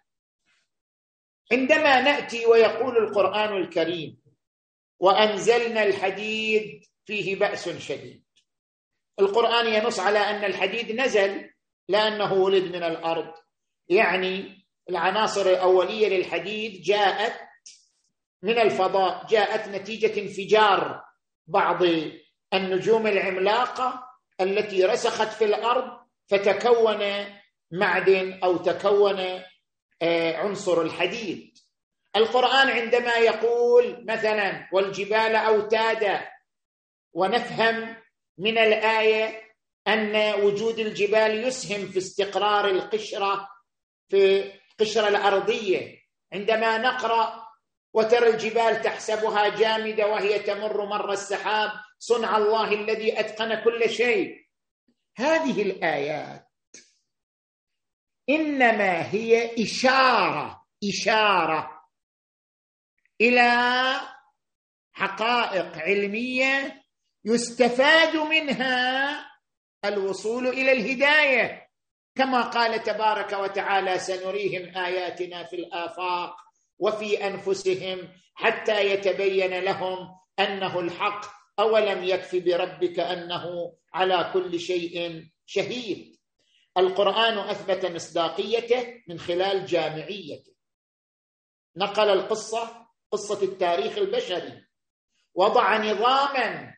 عندما نأتي ويقول القرآن الكريم: وأنزلنا الحديد فيه بأس شديد، القرآن ينص على أن الحديد نزل لأنه ولد من الأرض، يعني العناصر الأولية للحديد جاءت من الفضاء، جاءت نتيجة انفجار بعض النجوم العملاقة التي رسخت في الأرض فتكون معدن أو تكون عنصر الحديد. القرآن عندما يقول مثلا والجبال أوتادا، ونفهم من الآية أن وجود الجبال يسهم في استقرار القشرة في القشرة الأرضية عندما نقرأ وترى الجبال تحسبها جامدة وهي تمر مر السحاب صنع الله الذي أتقن كل شيء. هذه الآيات إنما هي إشارة إلى حقائق علمية يستفاد منها الوصول إلى الهداية، كما قال تبارك وتعالى: سنريهم آياتنا في الآفاق وفي أنفسهم حتى يتبين لهم أنه الحق أولم يكف بربك أنه على كل شيء شهيد. القرآن أثبت مصداقيته من خلال جامعيته، نقل قصة التاريخ البشري، وضع نظاما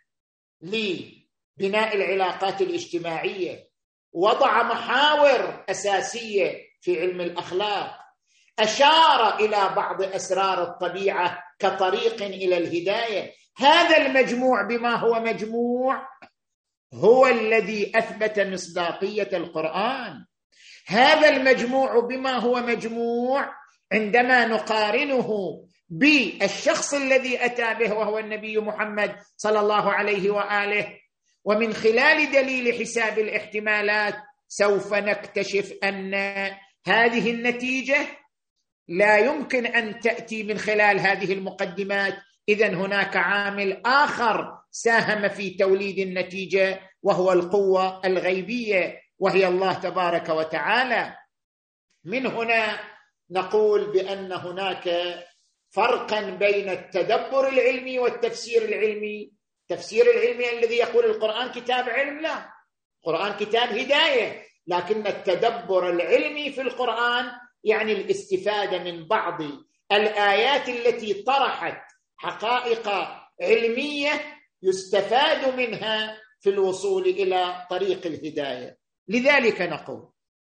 لبناء العلاقات الاجتماعية، وضع محاور أساسية في علم الأخلاق، أشار إلى بعض أسرار الطبيعة كطريق إلى الهداية. هذا المجموع بما هو مجموع هو الذي أثبت مصداقية القرآن. هذا المجموع بما هو مجموع عندما نقارنه بالشخص الذي أتى به وهو النبي محمد صلى الله عليه وآله، ومن خلال دليل حساب الاحتمالات سوف نكتشف أن هذه النتيجة لا يمكن أن تأتي من خلال هذه المقدمات. إذن هناك عامل آخر ساهم في توليد النتيجة، وهو القوة الغيبية وهي الله تبارك وتعالى. من هنا نقول بأن هناك فرقا بين التدبر العلمي والتفسير العلمي. التفسير العلمي الذي يقول القرآن كتاب علم، لا، القرآن كتاب هداية. لكن التدبر العلمي في القرآن يعني الاستفادة من بعض الآيات التي طرحت حقائق علمية يستفاد منها في الوصول إلى طريق الهداية. لذلك نقول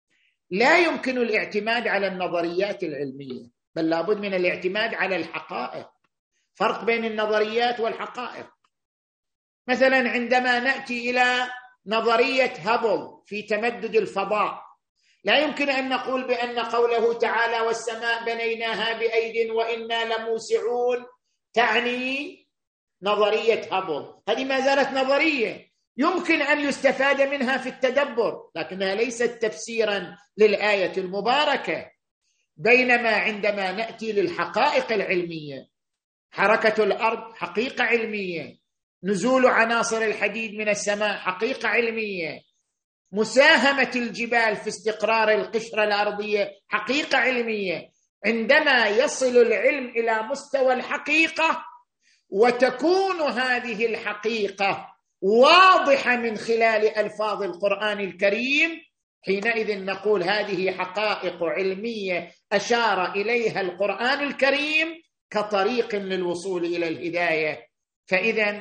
لا يمكن الاعتماد على النظريات العلمية، بل لابد من الاعتماد على الحقائق. فرق بين النظريات والحقائق. مثلا عندما نأتي إلى نظرية هابل في تمدد الفضاء، لا يمكن أن نقول بأن قوله تعالى: والسماء بنيناها بأيد وإنا لموسعون تعني نظرية هابل. هذه ما زالت نظرية يمكن أن يستفاد منها في التدبر، لكنها ليست تفسيرا للآية المباركة. بينما عندما نأتي للحقائق العلمية، حركة الأرض حقيقة علمية، نزول عناصر الحديد من السماء حقيقة علمية، مساهمة الجبال في استقرار القشرة الأرضية حقيقة علمية. عندما يصل العلم إلى مستوى الحقيقة وتكون هذه الحقيقة واضحة من خلال ألفاظ القرآن الكريم، حينئذ نقول هذه حقائق علمية أشار إليها القرآن الكريم كطريق للوصول إلى الهداية. فإذا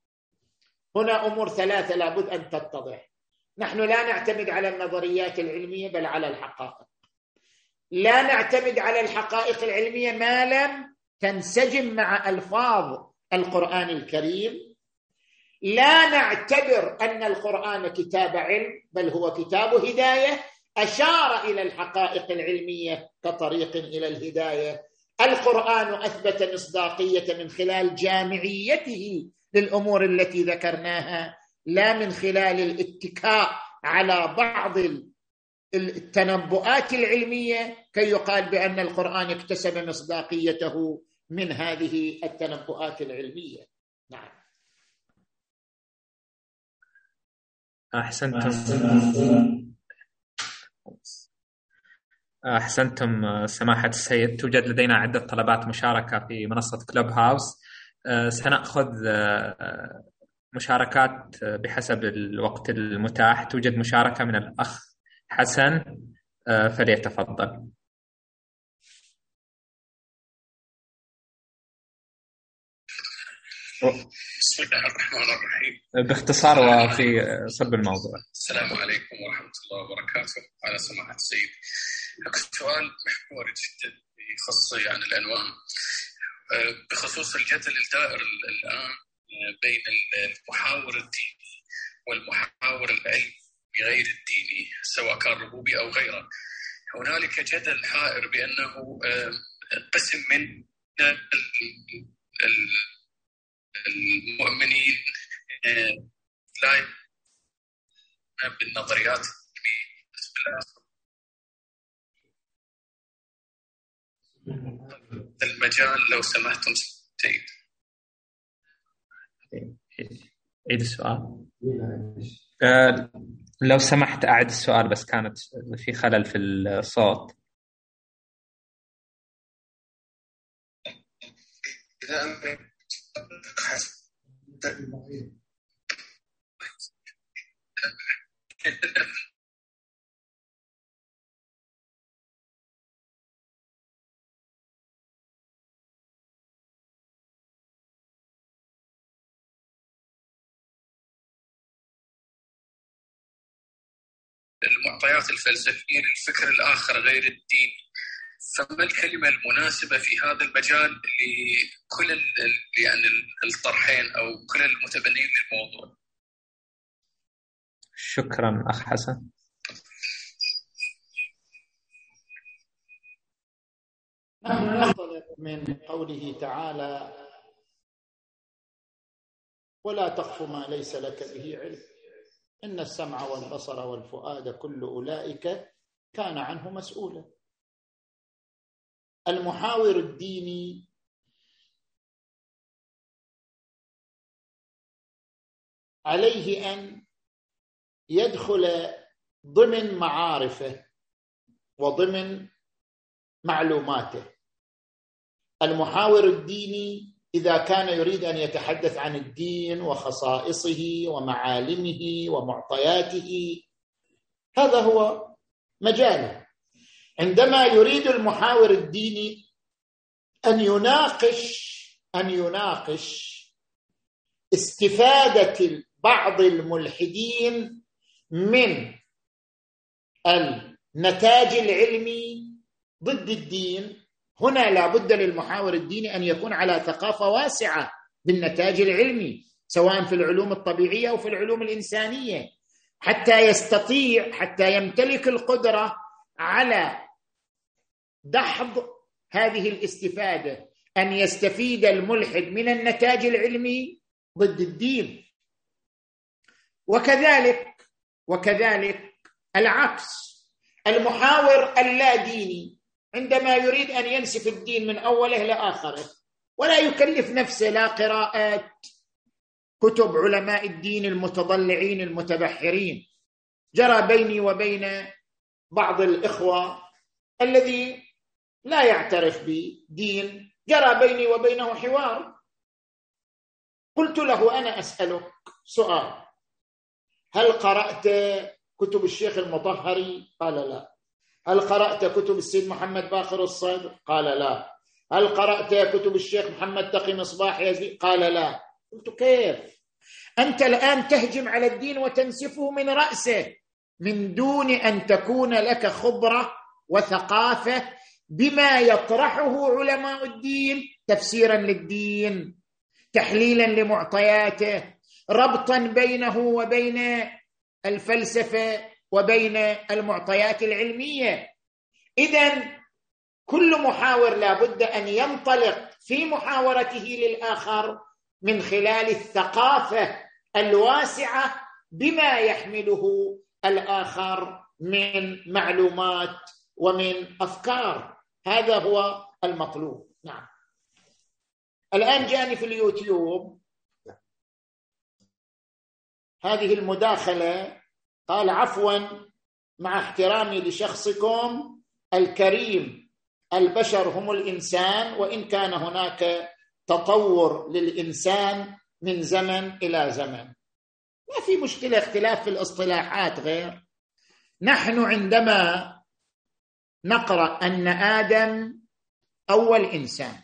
هنا أمور ثلاثة لابد أن تتضح. نحن لا نعتمد على النظريات العلمية بل على الحقائق. لا نعتمد على الحقائق العلمية ما لم تنسجم مع ألفاظ القرآن الكريم. لا نعتبر أن القرآن كتاب علم بل هو كتاب هداية أشار إلى الحقائق العلمية كطريق إلى الهداية. القرآن أثبت مصداقية من خلال جامعيته للأمور التي ذكرناها، لا من خلال الاتكاء على بعض التنبؤات العلمية كي يقال بأن القرآن اكتسب مصداقيته من هذه التنبؤات العلمية. نعم. أحسنتم سماحة السيد. توجد لدينا عدة طلبات مشاركة في منصة كلوب هاوس. سنأخذ مشاركات بحسب الوقت المتاح. توجد مشاركة من الأخ حسن، فليتفضل. بسم الله الرحمن الرحيم. باختصار وفي صلب الموضوع. السلام عليكم ورحمة الله وبركاته. على سماحة السيد، سؤال محوري جدا يخص العنوان بخصوص الجدل الدائر الآن بين المحاور الديني والمحاور العلمي غير الديني، سواء كان ربوبي أو غيره. هنالك جدل حائر بأنه قسم من المؤمنين لا بالنظريات المجال لو سمحتم سيد. عيد السؤال. لو سمحت أعد السؤال، بس كانت في خلل في الصوت. المعطيات الفلسفية للفكر الآخر غير الديني، فما الكلمة المناسبة في هذا المجال لكل يعني الطرحين أو كل المتبنين للموضوع؟ شكرا أخ حسن. نحن ننطلق من قوله تعالى: ولا تقف ما ليس لك به علم إن السمع والبصر والفؤاد كل أولئك كان عنه مسؤولا. المحاور الديني عليه أن يدخل ضمن معارفه وضمن معلوماته. المحاور الديني إذا كان يريد أن يتحدث عن الدين وخصائصه ومعالمه ومعطياته، هذا هو مجاله. عندما يريد المحاور الديني أن يناقش استفادة بعض الملحدين من النتاج العلمي ضد الدين، هنا لا بد للمحاور الديني أن يكون على ثقافة واسعة بالنتاج العلمي، سواء في العلوم الطبيعية أو في العلوم الإنسانية، حتى يمتلك القدرة على دحض هذه الاستفادة، أن يستفيد الملحد من النتاج العلمي ضد الدين. وكذلك العكس، المحاور اللا ديني عندما يريد أن ينسف الدين من أوله لآخره ولا يكلف نفسه لا قراءة كتب علماء الدين المتضلعين المتبحرين. جرى بيني وبين بعض الإخوة الذي لا يعترف بدين، جرى بيني وبينه حوار. قلت له: أنا أسألك سؤال، هل قرأت كتب الشيخ المطهري؟ قال لا. هل قرأت كتب السيد محمد باقر الصدر؟ قال لا. هل قرأت كتب الشيخ محمد تقي مصباح يزيد؟ قال لا. قلت: كيف أنت الآن تهجم على الدين وتنسفه من رأسه من دون أن تكون لك خبرة وثقافة بما يطرحه علماء الدين، تفسيرا للدين، تحليلا لمعطياته، ربطا بينه وبين الفلسفة وبين المعطيات العلمية؟ إذن كل محاور لا بد أن ينطلق في محاورته للآخر من خلال الثقافة الواسعة بما يحمله الآخر من معلومات ومن أفكار. هذا هو المطلوب. نعم. الآن جاني في اليوتيوب هذه المداخلة، قال: عفوا مع احترامي لشخصكم الكريم، البشر هم الإنسان، وإن كان هناك تطور للإنسان من زمن إلى زمن. ما في مشكلة، اختلاف في الاصطلاحات غير. نحن عندما نقرأ أن آدم أول إنسان،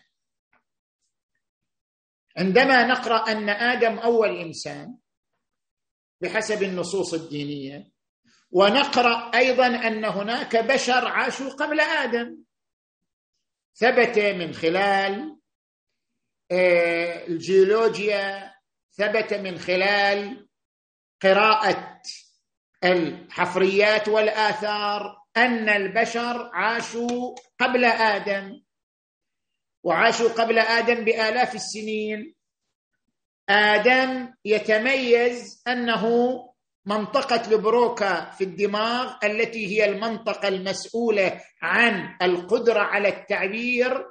عندما نقرأ أن آدم أول إنسان بحسب النصوص الدينية، ونقرأ أيضا أن هناك بشر عاشوا قبل آدم، ثبت من خلال الجيولوجيا، ثبت من خلال قراءة الحفريات والآثار، أن البشر عاشوا قبل آدم، وعاشوا قبل آدم بآلاف السنين. آدم يتميز أنه منطقة البروكا في الدماغ التي هي المنطقة المسؤولة عن القدرة على التعبير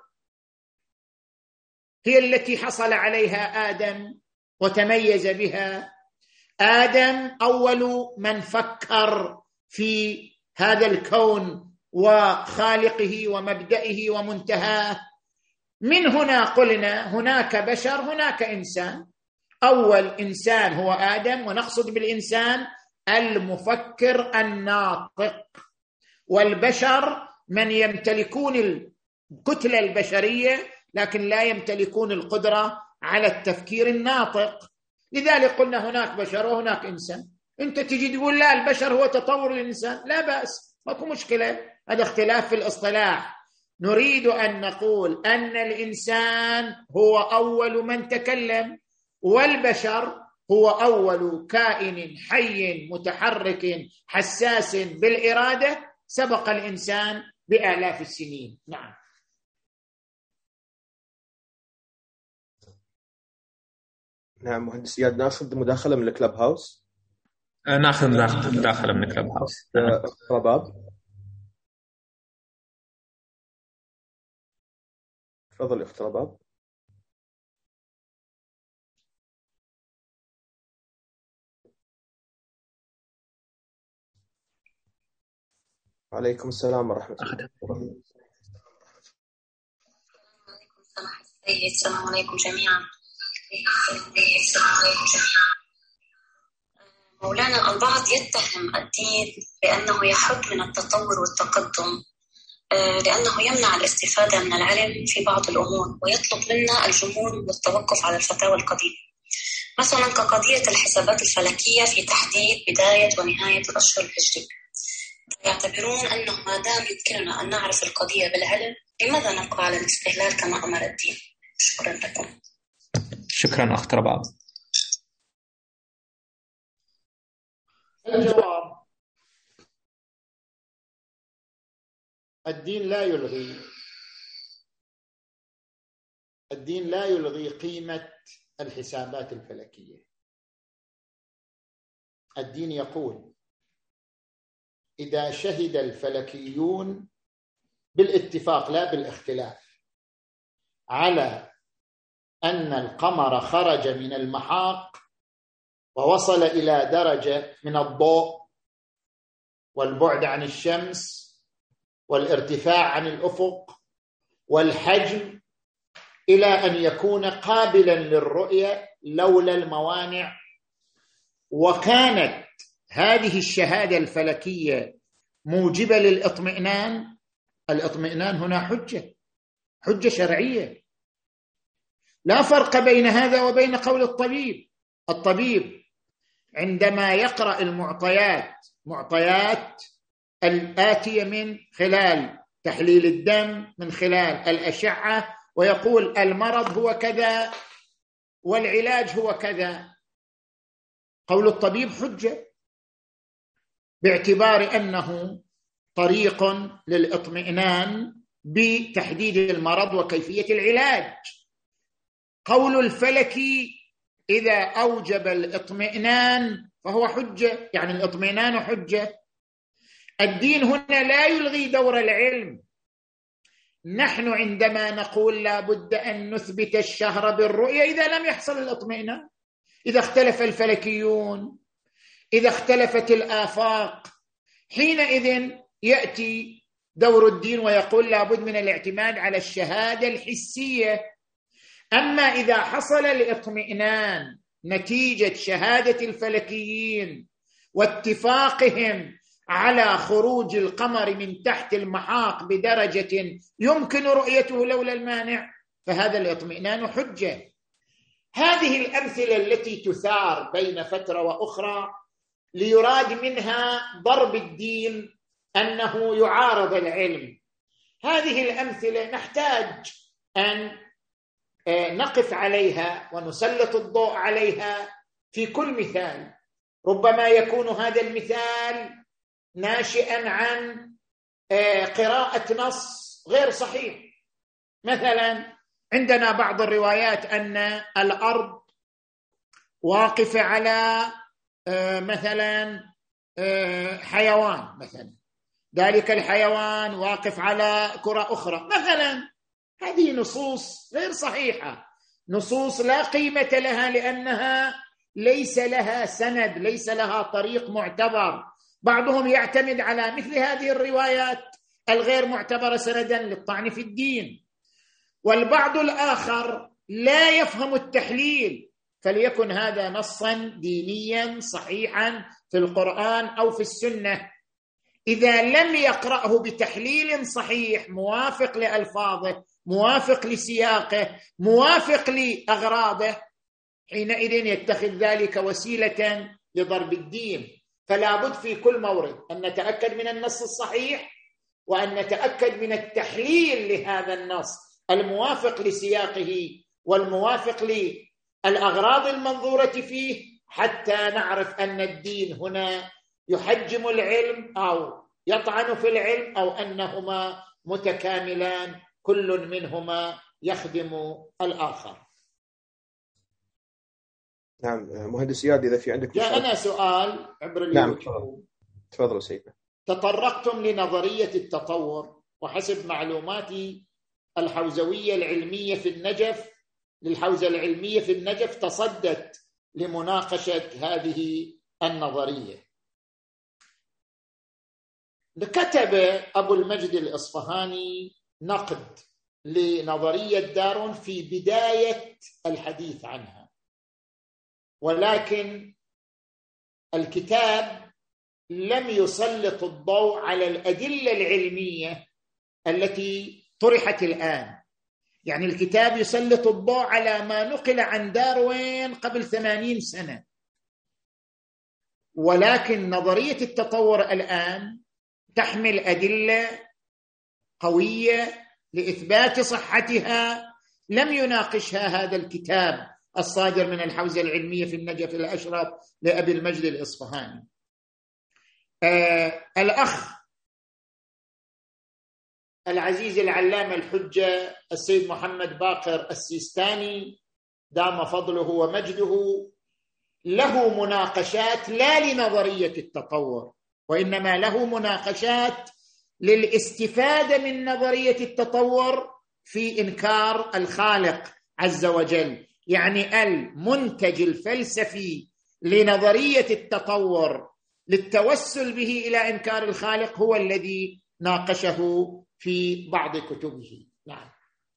هي التي حصل عليها آدم وتميز بها. آدم أول من فكر في هذا الكون وخالقه ومبدئه ومنتهاه. من هنا قلنا هناك بشر هناك إنسان. أول إنسان هو آدم، ونقصد بالإنسان المفكر الناطق، والبشر من يمتلكون الكتلة البشرية لكن لا يمتلكون القدرة على التفكير الناطق. لذلك قلنا هناك بشر وهناك إنسان. أنت تجي تقول لا البشر هو تطور الإنسان، لا بأس، ماكو مشكلة، هذا اختلاف في الإصطلاح. نريد أن نقول أن الإنسان هو أول من تكلم، والبشر هو أول كائن حي متحرك حساس بالإرادة سبق الإنسان بآلاف السنين. نعم. نعم مهندس زياد، ناخذ مداخلة من الكلب هاوس. ناخذ مداخلة من الكلب هاوس. رباب، تفضل أخت رباب. وعليكم السلام ورحمة الله وبركاته. السلام عليكم جميعا. مولانا، البعض يتهم الدين بأنه يحد من التطور والتقدم لأنه يمنع الاستفادة من العلم في بعض الأمور، ويطلب منا الجمود والتوقف على الفتاوى القديمة، مثلا كقضية الحسابات الفلكية في تحديد بداية ونهاية الأشهر الهجرية. يعتبرون أنه ما دام يمكننا أن نعرف القضية بالعلم لماذا نبقى على الاستهلال كما أمر الدين؟ شكرا لكم. شكرا أخت رباب. الجواب: الدين لا يلغي قيمة الحسابات الفلكية. الدين يقول: إذا شهد الفلكيون بالاتفاق لا بالاختلاف على أن القمر خرج من المحاق ووصل إلى درجة من الضوء والبعد عن الشمس والارتفاع عن الأفق والحجم إلى أن يكون قابلا للرؤية لولا الموانع، وكانت هذه الشهادة الفلكية موجبة للإطمئنان. الإطمئنان هنا حجة شرعية. لا فرق بين هذا وبين قول الطبيب عندما يقرأ المعطيات الآتية من خلال تحليل الدم، من خلال الأشعة، ويقول المرض هو كذا والعلاج هو كذا، قول الطبيب حجة باعتبار أنه طريق للإطمئنان بتحديد المرض وكيفية العلاج. قول الفلكي إذا أوجب الإطمئنان فهو حجة، يعني الإطمئنان حجة. الدين هنا لا يلغي دور العلم. نحن عندما نقول لا بد أن نثبت الشهر بالرؤية إذا لم يحصل الإطمئنان، إذا اختلف الفلكيون، إذا اختلفت الآفاق، حينئذ يأتي دور الدين ويقول لا بد من الاعتماد على الشهادة الحسية. أما إذا حصل الإطمئنان نتيجة شهادة الفلكيين واتفاقهم على خروج القمر من تحت المحاق بدرجة يمكن رؤيته لولا المانع، فهذا الإطمئنان حجة. هذه الأمثلة التي تثار بين فترة وأخرى ليراد منها ضرب الدين أنه يعارض العلم، هذه الأمثلة نحتاج أن نقف عليها ونسلط الضوء عليها في كل مثال. ربما يكون هذا المثال ناشئا عن قراءة نص غير صحيح. مثلا عندنا بعض الروايات أن الأرض واقفة على مثلا حيوان، مثلا ذلك الحيوان واقف على كرة أخرى مثلا. هذه نصوص غير صحيحة، نصوص لا قيمة لها لأنها ليس لها سند، ليس لها طريق معتبر. بعضهم يعتمد على مثل هذه الروايات الغير معتبرة سندا للطعن في الدين، والبعض الآخر لا يفهم التحليل، فليكن هذا نصا دينيا صحيحا في القرآن أو في السنة، إذا لم يقرأه بتحليل صحيح موافق لألفاظه، موافق لسياقه، موافق لأغراضه، حينئذ يتخذ ذلك وسيلة لضرب الدين. فلا بد في كل مورد أن نتأكد من النص الصحيح، وأن نتأكد من التحليل لهذا النص الموافق لسياقه والموافق للأغراض المنظورة فيه، حتى نعرف أن الدين هنا يحجم العلم أو يطعن في العلم، أو أنهما متكاملان كل منهما يخدم الآخر. نعم مهندس إياد، إذا في عندك جاءنا سؤال عبر اليوتيوب. نعم تفضلوا سيدنا. تطرقتم لنظرية التطور، وحسب معلوماتي الحوزوية العلمية في النجف، للحوزة العلمية في النجف تصدت لمناقشة هذه النظرية. كتب أبو المجد الإصفهاني نقد لنظرية داروين في بداية الحديث عنها، ولكن الكتاب لم يسلط الضوء على الأدلة العلمية التي طرحت الآن. يعني الكتاب يسلط الضوء على ما نقل عن داروين قبل 80 سنة، ولكن نظرية التطور الآن تحمل أدلة قوية لإثبات صحتها لم يناقشها هذا الكتاب الصادر من الحوزة العلمية في النجف الأشرف لأبي المجد الإصفهاني. الأخ العزيز العلامة الحجة السيد محمد باقر السيستاني دام فضله ومجده له مناقشات لا لنظرية التطور، وإنما له مناقشات للاستفادة من نظرية التطور في إنكار الخالق عز وجل. يعني المنتج الفلسفي لنظرية التطور للتوسل به إلى إنكار الخالق هو الذي ناقشه في بعض كتبه. نعم.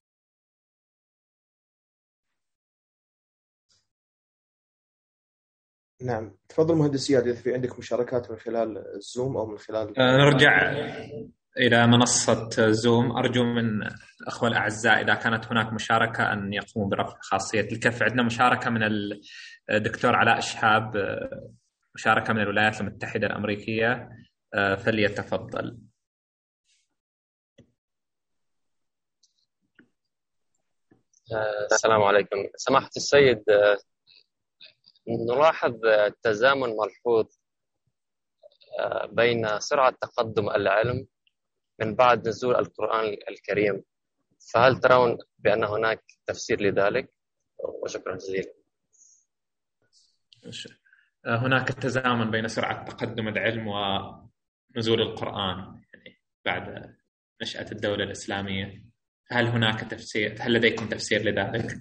نعم تفضل مهندس إياد، إذا في عندك مشاركات من خلال الزوم أو من خلال نرجع إلى منصة زوم. أرجو من الأخوة الأعزاء إذا كانت هناك مشاركة أن يقوموا برفع خاصية الكف. عندنا مشاركة من الدكتور علاء شهاب، مشاركة من الولايات المتحدة الأمريكية، فليتفضل. السلام عليكم. سماحة السيد، نلاحظ تزامن ملحوظ بين سرعة تقدم العلم من بعد نزول القرآن الكريم، فهل ترون بأن هناك تفسير لذلك؟ وشكرا جزيلا. هناك تزامن بين سرعة تقدم العلم ونزول القرآن يعني بعد نشأة الدولة الإسلامية، هل هناك تفسير؟ هل لديكم تفسير لذلك؟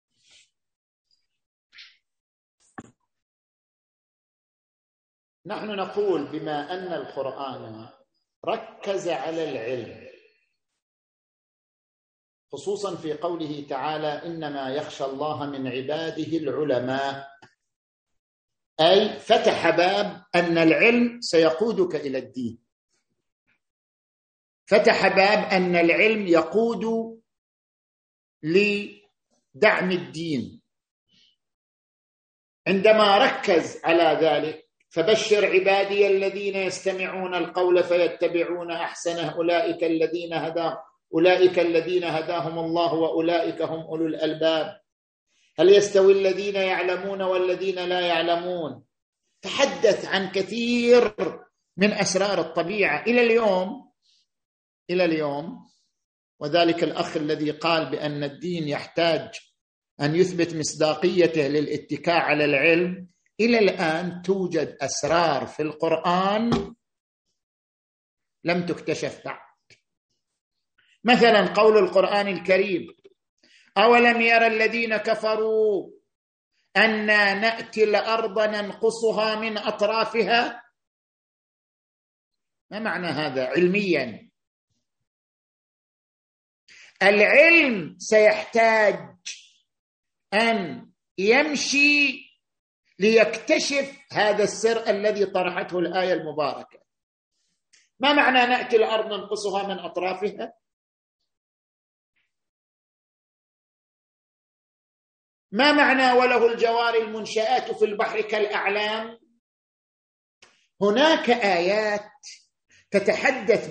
نحن نقول بما أن القرآن ركز على العلم، خصوصا في قوله تعالى إنما يخشى الله من عباده العلماء، أي فتح باب أن العلم سيقودك إلى الدين، فتح باب أن العلم يقود لدعم الدين. عندما ركز على ذلك فبشر عبادي الذين يستمعون القول فيتبعون أحسنه أولئك الذين هداهم الله وأولئك هم أولو الألباب. هل يستوي الذين يعلمون والذين لا يعلمون؟ تحدث عن كثير من أسرار الطبيعة. إلى اليوم إلى اليوم، وذلك الأخ الذي قال بأن الدين يحتاج أن يثبت مصداقيته للاتكاء على العلم، إلى الآن توجد أسرار في القرآن لم تكتشف بعد. مثلا قول القرآن الكريم: أولم يرى الذين كفروا أنا نأتي الأرض ننقصها من أطرافها؟ ما معنى هذا علميا؟ العلم سيحتاج أن يمشي ليكتشف هذا السر الذي طرحته الآية المباركة. ما معنى نأتي الأرض ننقصها من أطرافها؟ ما معنى وله الجوار المنشآت في البحر كالأعلام؟ هناك آيات تتحدث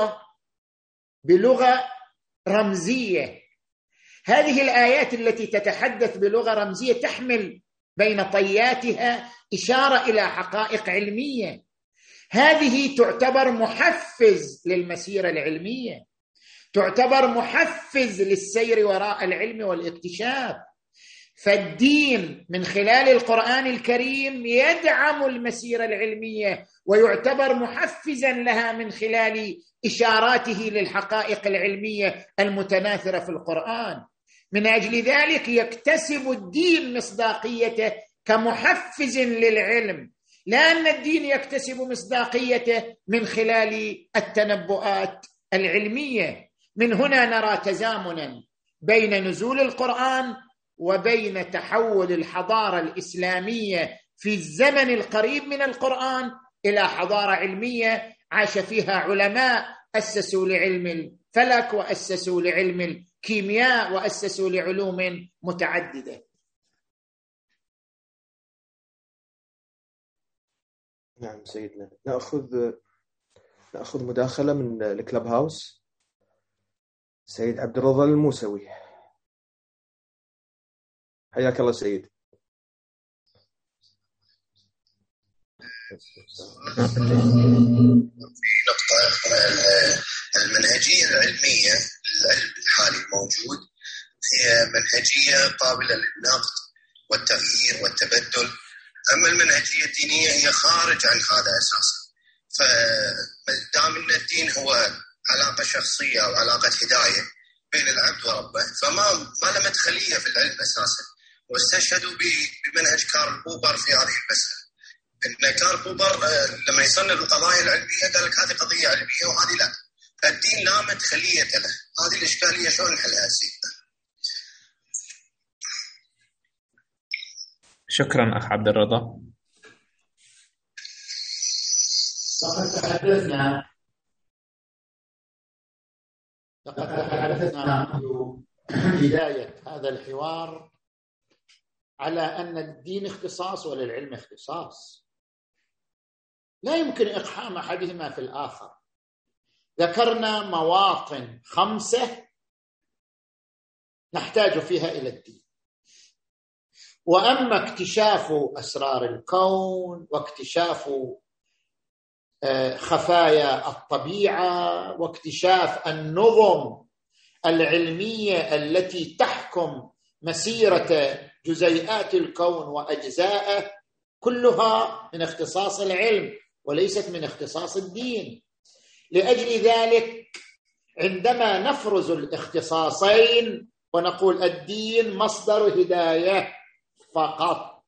بلغة رمزية. هذه الآيات التي تتحدث بلغة رمزية تحمل بين طياتها إشارة إلى حقائق علمية. هذه تعتبر محفز للمسيرة العلمية، تعتبر محفز للسير وراء العلم والاكتشاف. فالدين من خلال القرآن الكريم يدعم المسيرة العلمية ويعتبر محفزا لها من خلال إشاراته للحقائق العلمية المتناثرة في القرآن. من أجل ذلك يكتسب الدين مصداقيته كمحفز للعلم، لا أن الدين يكتسب مصداقيته من خلال التنبؤات العلمية. من هنا نرى تزامنا بين نزول القرآن وبين تحول الحضارة الإسلامية في الزمن القريب من القرآن إلى حضارة علمية عاش فيها علماء أسسوا لعلم الفلك وأسسوا لعلم الكيمياء وأسسوا لعلوم متعددة. نعم سيدنا. نأخذ مداخلة من الكلاب هاوس. سيد عبد الرضا الموسوي، حياك الله سيد. في نقطة المنهجية العلمية للعلم الحالي الموجود هي منهجية قابلة للنقد والتغيير والتبدل، أما المنهجية الدينية هي خارج عن هذا أساسا. فدام أن الدين هو علاقة شخصية أو علاقة هداية بين العبد وربه، فما له مدخلية في العلم أساسا. واستشهدوا بمنهج كارل بوبر في هذه المسألة، إن كارل بوبر لما يصنف القضايا العلمية قال لك هذه قضية علمية وهذه لا، الدين لا مدخلية له. هذه الإشكالية شلون نحلها سيدنا؟ شكرا أخ عبد الرضا. لقد تحدثنا منذ بداية هذا الحوار على أن الدين اختصاص وللعلم اختصاص، لا يمكن إقحام أحدهما في الآخر. ذكرنا مواطن 5 نحتاج فيها إلى الدين، وأما اكتشاف أسرار الكون واكتشاف خفايا الطبيعة واكتشاف النظم العلمية التي تحكم مسيرة جزيئات الكون وأجزائه، كلها من اختصاص العلم وليست من اختصاص الدين. لأجل ذلك عندما نفرز الاختصاصين ونقول الدين مصدر هداية فقط،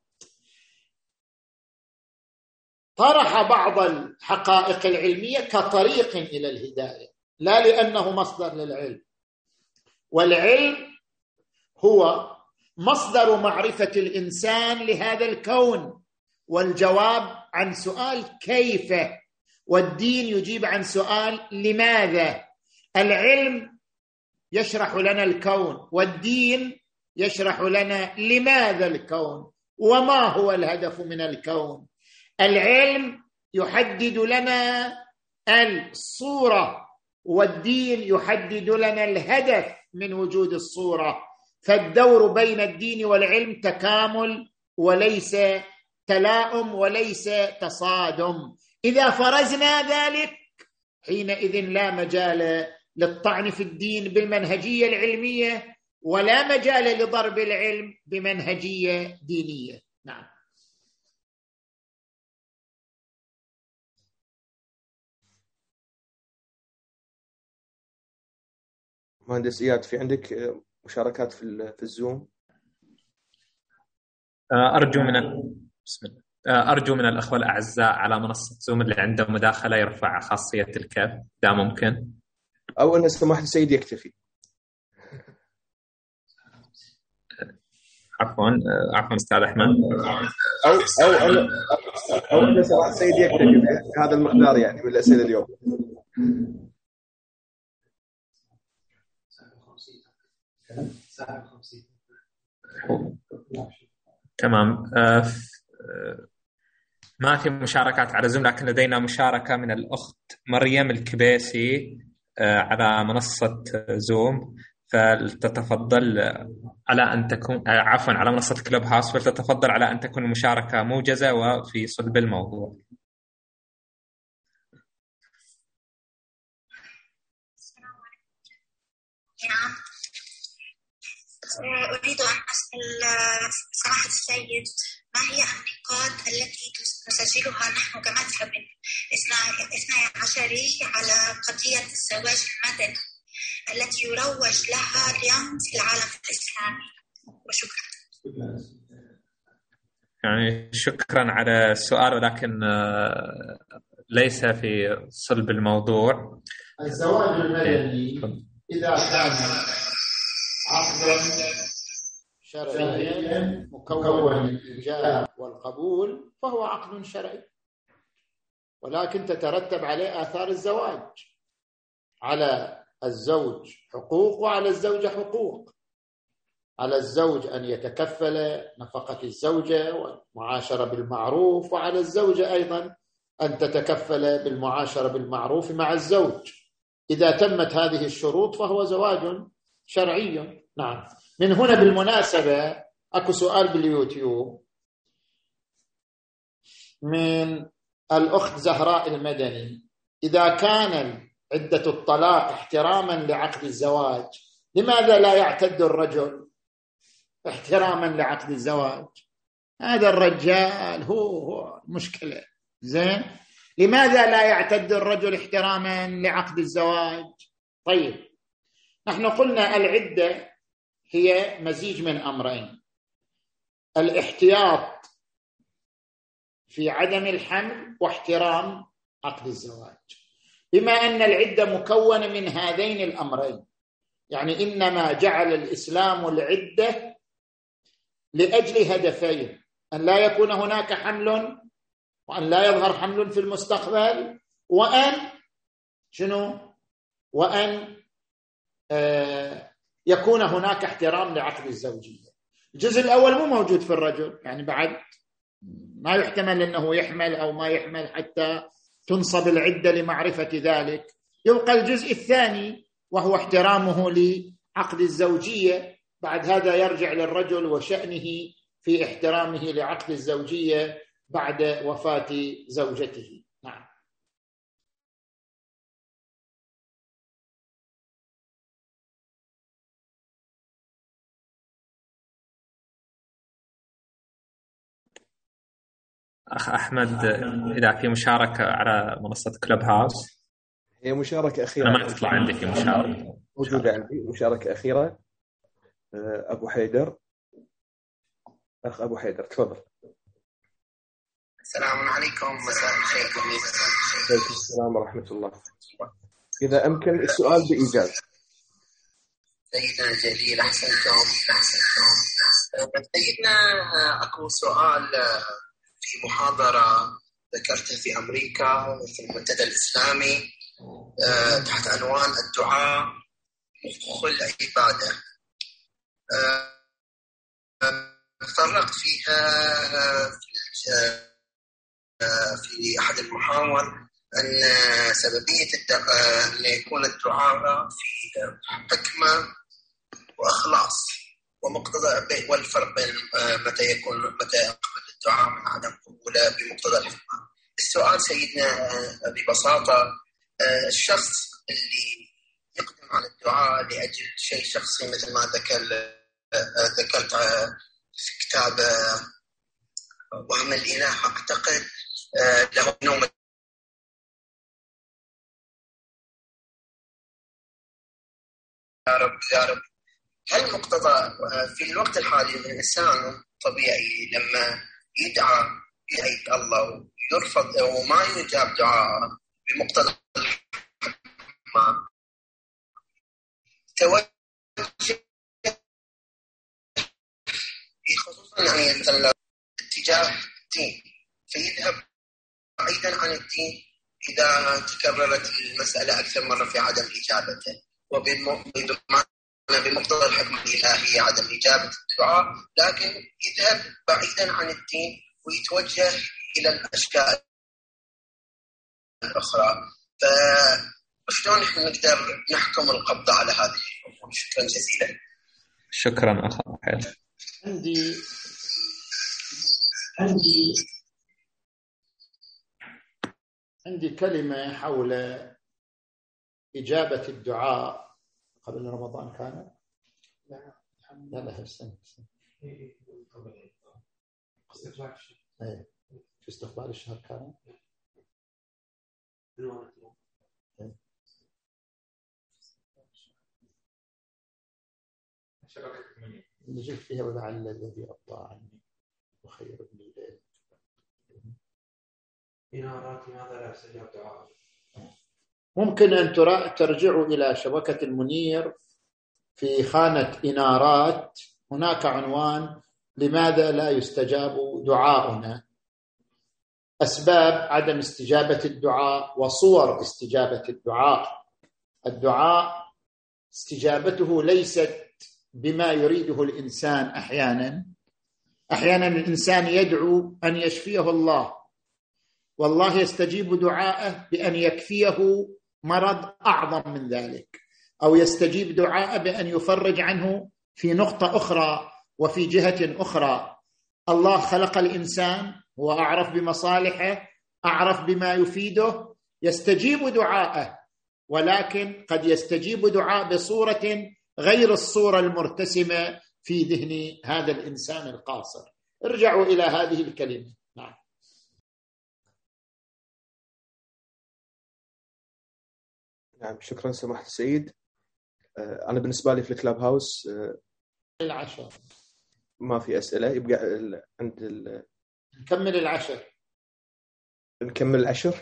طرح بعض الحقائق العلمية كطريق إلى الهداية، لا لأنه مصدر للعلم. والعلم هو مصدر معرفة الإنسان لهذا الكون والجواب عن سؤال كيف، والدين يجيب عن سؤال لماذا. العلم يشرح لنا الكون والدين يشرح لنا لماذا الكون وما هو الهدف من الكون. العلم يحدد لنا الصورة والدين يحدد لنا الهدف من وجود الصورة، فالدور بين الدين والعلم تكامل وليس تلاؤم وليس تصادم. إذا فرزنا ذلك حينئذ لا مجال للطعن في الدين بالمنهجية العلمية ولا مجال لضرب العلم بمنهجية دينية. نعم. مهندس إياد، في عندك مشاركات في الزوم؟ أرجو من الأخوة الأعزاء على منصة زوم اللي عنده مداخلة يرفع خاصية الكاف إذا ممكن، أو إن سمحت السيد يكتفي. عفوا أستاذ أحمد، أو إن سمحت السيد يكتفي بهذا المقدار يعني من الأسئلة اليوم. تمام. ما في مشاركات على زوم، لكن لدينا مشاركة من الأخت مريم الكبيسي على منصة زوم، فلتتفضل على أن تكون على منصة كلوب هاوس، فلتتفضل على أن تكون المشاركة موجزة وفي صلب الموضوع. نعم، أريد أن أسأل سماحة السيد ما هي النقاط التي نسجلها نحن كمذهب اثني عشري على قضية الزواج المدني التي يروج لها اليوم في العالم الإسلامي؟ وشكرا. يعني شكرا على السؤال، ولكن ليس في صلب الموضوع. الزواج المدني إذا كان عقدا شرعيا مكون من الإيجاب والقبول فهو عقد شرعي، ولكن تترتب عليه آثار الزواج. على الزوج حقوق وعلى الزوجة حقوق. على الزوج أن يتكفل نفقة الزوجة والمعاشرة بالمعروف، وعلى الزوجة أيضا أن تتكفل بالمعاشرة بالمعروف مع الزوج. إذا تمت هذه الشروط فهو زواج شرعي. نعم. من هنا بالمناسبة أكو سؤال باليوتيوب من الأخت زهراء المدني: إذا كان عدة الطلاق احتراما لعقد الزواج، لماذا لا يعتد الرجل احتراما لعقد الزواج؟ هذا الرجال هو مشكلة. زين، لماذا لا يعتد الرجل احتراما لعقد الزواج؟ طيب، نحن قلنا العدة هي مزيج من أمرين: الاحتياط في عدم الحمل واحترام عقد الزواج. بما أن العدة مكونة من هذين الأمرين، يعني إنما جعل الإسلام العدة لأجل هدفين: أن لا يكون هناك حمل وأن لا يظهر حمل في المستقبل، وأن يكون هناك احترام لعقد الزوجية. الجزء الأول مو موجود في الرجل، يعني بعد ما يحتمل أنه يحمل أو ما يحمل حتى تنصب العدة لمعرفة ذلك. يبقى الجزء الثاني وهو احترامه لعقد الزوجية. بعد هذا يرجع للرجل وشأنه في احترامه لعقد الزوجية بعد وفاة زوجته. نعم. أخ أحمد، إذا في مشاركة على منصة كلوب هاوس. هي مشاركة أخيرة. أنا ما تطلع عندي في مشاركة. موجودة عندي مشاركة أخيرة. أبو حيدر، أخ أبو حيدر تفضل. السلام عليكم، مساء الخير. عليكم السلام ورحمة الله. إذا أمكن السؤال بإيجاز. سيدنا الجليل، أحسنتم. سيدنا، أكو سؤال في محاضرة ذكرتها في أمريكا في المنتدى الإسلامي تحت عنوان الدعاء مخ العبادة. تطرقت فيها في أحد المحاور أن سببية أن يكون الدعاء في حكمة وإخلاص ومقتضى، والفرق بين متى يقبل الدعاء من عدم قبوله بمقتضى الحكمة. السؤال سيدنا ببساطة: الشخص اللي يقدم على الدعاء لأجل شيء شخصي مثل ما ذكرت في كتاب وهم الإله، أعتقد له نوم يا رب يا رب. هل مقتضى في الوقت الحالي الإنسان طبيعي لما يدعى الله ويرفض وما يجاب دعاء بمقتضى ما توجه خصوصا يعني مثلا اتجاه الدين فيذهب بعيدا عن الدين إذا تكررت المسألة أكثر مرة في عدم إجابته، بمقتضى الحكمة الإلهية عدم إجابة الدعاء، لكن يذهب بعيدا عن الدين ويتوجه إلى الأشكال الأخرى. فشلون نقدر نحكم القبض على هذه الأمور؟ شكرا جزيلا. شكرا أخ رحيل. عندي كلمة حول إجابة الدعاء قبل رمضان كانت؟ لا السنة في استقبال الشهر كانت؟ نجد فيها ولعل الذي أبطى عني وخير ابن الليل. إنارات لماذا لا يستجاب دعاء؟ ممكن أن ترجعوا إلى شبكة المنير في خانة إنارات، هناك عنوان لماذا لا يستجاب دعاؤنا، أسباب عدم استجابة الدعاء وصور استجابة الدعاء. الدعاء استجابته ليست بما يريده الإنسان، أحيانا الإنسان يدعو أن يشفيه الله، والله يستجيب دعاءه بأن يكفيه مرض أعظم من ذلك، أو يستجيب دعاءه بأن يفرج عنه في نقطة أخرى وفي جهة أخرى. الله خلق الإنسان، هو أعرف بمصالحه، أعرف بما يفيده، يستجيب دعاءه، ولكن قد يستجيب دعاء بصورة غير الصورة المرتسمة في ذهن هذا الإنسان القاصر. ارجعوا إلى هذه الكلمة. نعم شكرا سماحة السيد. أنا بالنسبة لي في الكلاب هاوس العشر ما في أسئلة، يبقى نكمل العشر. نكمل العشر.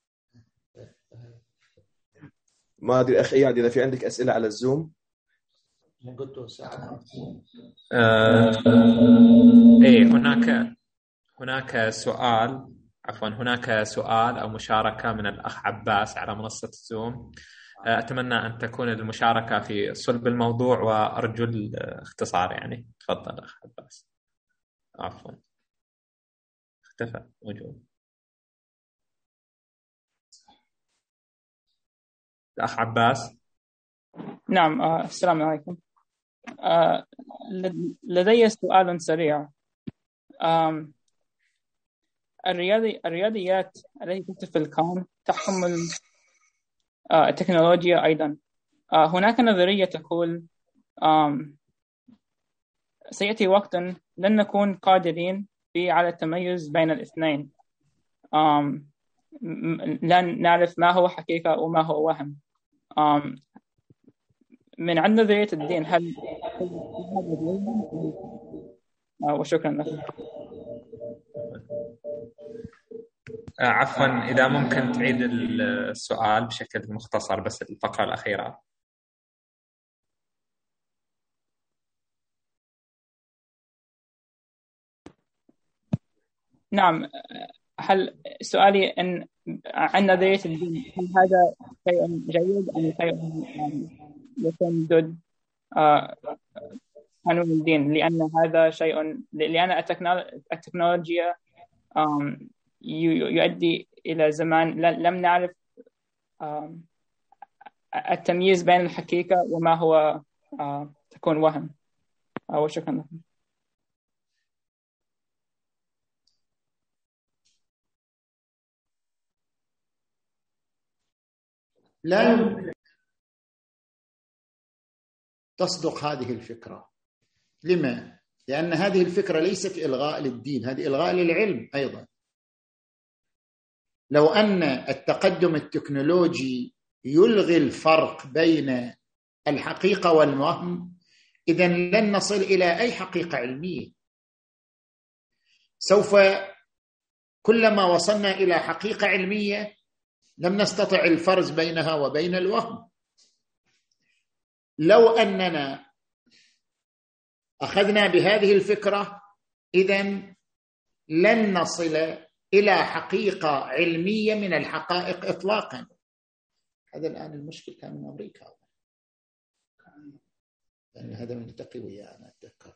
ما أدري أخي إياد إذا في عندك أسئلة على الزوم. إيه هناك سؤال أو مشاركة من الأخ عباس على منصة الزوم. أتمنى أن تكون المشاركة في صلب الموضوع وأرجو الاختصار. يعني تفضل أخ عباس. عفوا اختفى موجود الأخ عباس. نعم. السلام عليكم. لدي سؤال سريع. الرياضيات التي تكتب في الكون تحكم التكنولوجيا أيضا. هناك نظرية تقول سيأتي وقت لن نكون قادرين على التميز بين الاثنين، لن نعرف ما هو حقيقة وما هو وهم. من عند نظرية الدين هل وشكرا لك. عفوا إذا ممكن تعيد السؤال بشكل مختصر، بس الفقرة الأخيرة. نعم. هل سؤالي أن عن نظرية الدين هل هذا شيء جيد أم شيء يكون ضد قانون الدين؟ لأن هذا شيء، لأن التكنولوجيا يؤدي إلى زمان لم نعرف التمييز بين الحقيقة وما هو تكون وهم. وشكرا لكم. لا يمكن تصدق هذه الفكرة. لما؟ لأن هذه الفكرة ليست إلغاء للدين، هذه إلغاء للعلم أيضا. لو أن التقدم التكنولوجي يلغي الفرق بين الحقيقة والوهم، إذن لن نصل إلى أي حقيقة علمية. سوف كلما وصلنا إلى حقيقة علمية لم نستطع الفرز بينها وبين الوهم. لو أننا أخذنا بهذه الفكرة إذن لن نصل إلى حقيقة علمية من الحقائق إطلاقا. هذا الآن المشكل كان من أمريكا، يعني هذا من التقوية أنا أتذكر.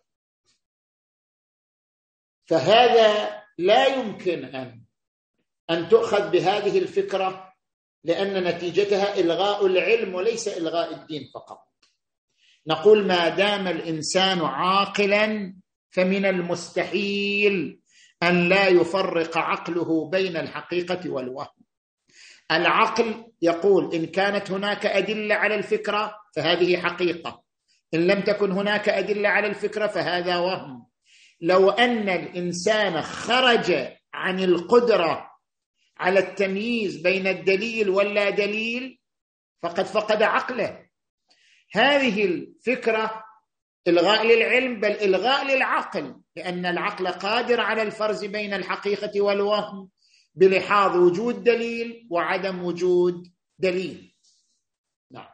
فهذا لا يمكن أن تؤخذ بهذه الفكرة، لأن نتيجتها إلغاء العلم وليس إلغاء الدين فقط. نقول ما دام الإنسان عاقلا فمن المستحيل أن لا يفرق عقله بين الحقيقة والوهم. العقل يقول إن كانت هناك أدلة على الفكرة فهذه حقيقة، إن لم تكن هناك أدلة على الفكرة فهذا وهم. لو أن الإنسان خرج عن القدرة على التمييز بين الدليل واللا دليل فقد فقد عقله. هذه الفكرة إلغاء للعلم بل إلغاء للعقل، لأن العقل قادر على الفرز بين الحقيقة والوهم بلحاظ وجود دليل وعدم وجود دليل. نعم.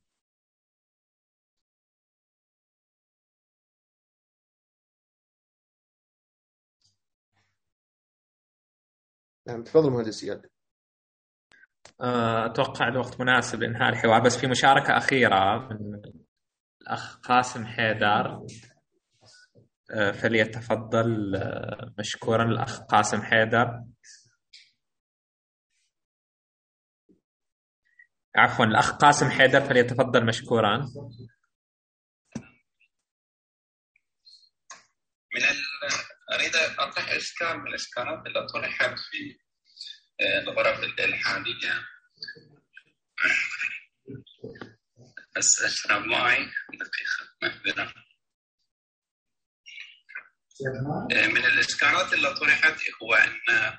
نعم تفضل مهندس إياد. أتوقع الوقت مناسب لإنهاء الحوار، بس في مشاركة أخيرة من الأخ قاسم حيدر، فليتفضل مشكورا. الأخ قاسم حيدر، عفوا الأخ قاسم حيدر فليتفضل مشكورا. أريد أطرح إشكال من الإشكالات اللي طرحت في الغرف الإلحادية. بس أشرب معي دقيقة مهدنا. من الإشكالات اللي طرحت هو أن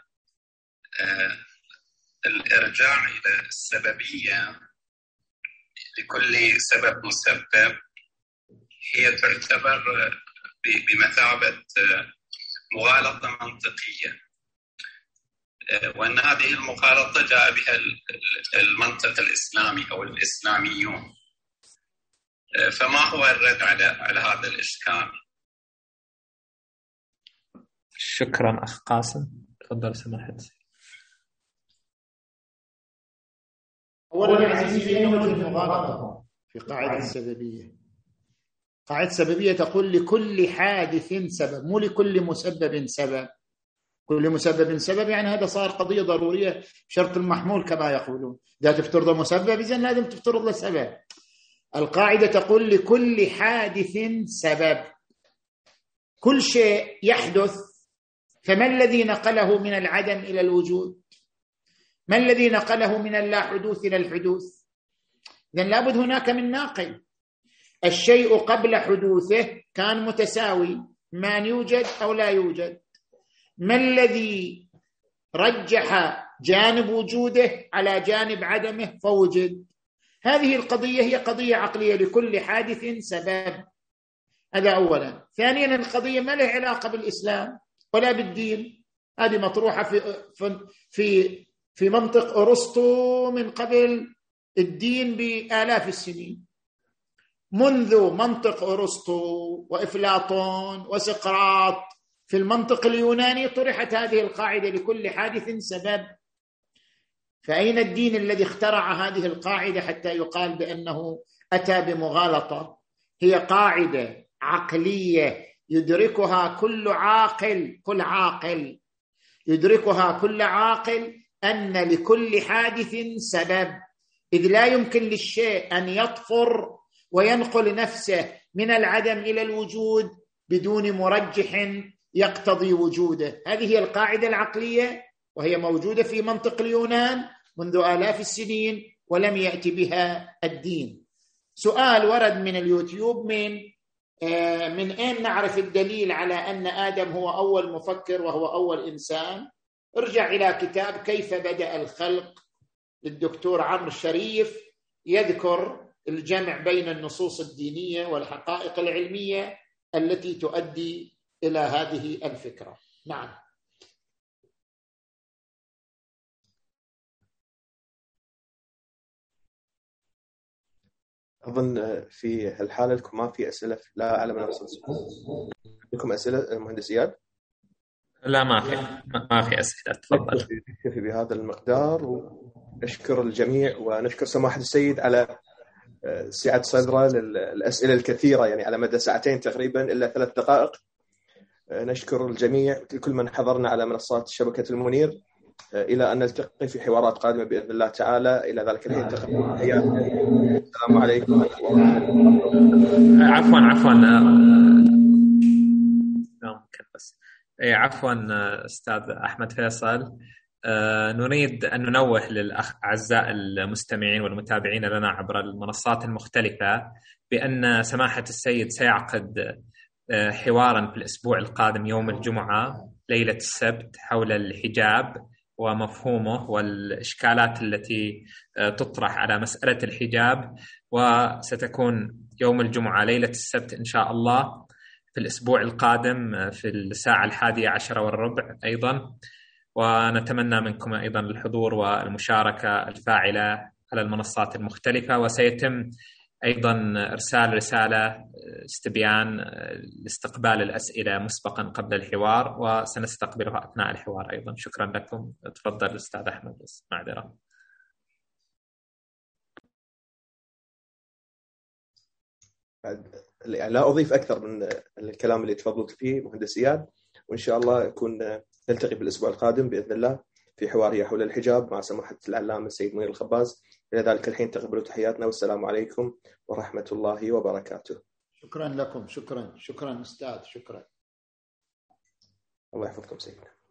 الإرجاع إلى السببية لكل سبب مسبب هي تعتبر بمثابة مغالطة منطقية، وأن هذه المغالطة جاء بها المنطق الإسلامي أو الإسلاميون. فما هو الرد على هذا الإشكال؟ شكرا أخ قاسم، تفضل سماحة. أولا عزيزي أين وجه المغالطة في قاعدة السببية؟ قاعدة السببية تقول لكل حادث سبب، مو لكل مسبب سبب. كل مسبب سبب يعني هذا صار قضية ضرورية، شرط المحمول كما يقولون. إذا تفترض مسبب إذن لازم تفترض له سبب. القاعدة تقول لكل حادث سبب. كل شيء يحدث، فما الذي نقله من العدم إلى الوجود؟ ما الذي نقله من اللا حدوث إلى الحدوث؟ إذن لابد هناك من ناقل. الشيء قبل حدوثه كان متساوي، ما يوجد أو لا يوجد. ما الذي رجح جانب وجوده على جانب عدمه فوجد؟ هذه القضية هي قضية عقلية، لكل حادث سبب. هذا أولا. ثانيا القضية ما لها علاقة بالإسلام ولا بالدين، هذه مطروحة في منطق أرسطو من قبل الدين بآلاف السنين. منذ منطق أرسطو وإفلاطون وسقراط في المنطق اليوناني طرحت هذه القاعدة لكل حادث سبب. فأين الدين الذي اخترع هذه القاعدة حتى يقال بأنه أتى بمغالطة؟ هي قاعدة عقلية يدركها كل عاقل، كل عاقل يدركها كل عاقل، أن لكل حادث سبب، إذ لا يمكن للشيء أن يطفر وينقل نفسه من العدم إلى الوجود بدون مرجح يقتضي وجوده. هذه هي القاعدة العقلية، وهي موجودة في منطق اليونان منذ آلاف السنين، ولم يأتي بها الدين. سؤال ورد من اليوتيوب: من أين نعرف الدليل على أن آدم هو أول مفكر وهو أول إنسان؟ ارجع إلى كتاب كيف بدأ الخلق للدكتور عمرو الشريف، يذكر الجمع بين النصوص الدينية والحقائق العلمية التي تؤدي إلى هذه الفكرة. نعم. أظن في الحالة لكم ما في أسئلة، لا أعلم أن لكم أسئلة مهندس إياد؟ لا ما في أسئلة، تفضل. نكتفي بهذا المقدار ونشكر الجميع ونشكر سماحة السيد على سعة صدره للأسئلة الكثيرة، يعني على مدى ساعتين تقريبا إلا 3 دقائق. نشكر الجميع كل من حضرنا على منصات شبكة المنير، إلى أن نلتقي في حوارات قادمة بإذن الله تعالى. إلى ذلك الحين السلام عليكم. عفوا أستاذ أحمد فيصل، نريد أن ننوه للأعزاء المستمعين والمتابعين لنا عبر المنصات المختلفة بأن سماحة السيد سيعقد حوارا في الأسبوع القادم يوم الجمعة ليلة السبت حول الحجاب ومفهومه والإشكالات التي تطرح على مسألة الحجاب، وستكون يوم الجمعة ليلة السبت إن شاء الله في الأسبوع القادم في 11:10 أيضا. ونتمنى منكم أيضا الحضور والمشاركة الفاعلة على المنصات المختلفة، وسيتم أيضا إرسال رسالة استبيان لاستقبال الأسئلة مسبقا قبل الحوار، وسنستقبلها أثناء الحوار أيضا. شكرا لكم. تفضل أستاذ أحمد. معذرة. لا أضيف أكثر من الكلام اللي تفضلت فيه مهندس إياد، وإن شاء الله يكون نلتقي بالأسبوع القادم بإذن الله في حوارية حول الحجاب مع سماحة العلامة السيد منير الخباز. إلى ذلك الحين تقبلوا تحياتنا، والسلام عليكم ورحمة الله وبركاته. شكرا لكم. شكرا أستاذ. شكرا. الله يحفظكم سيدنا.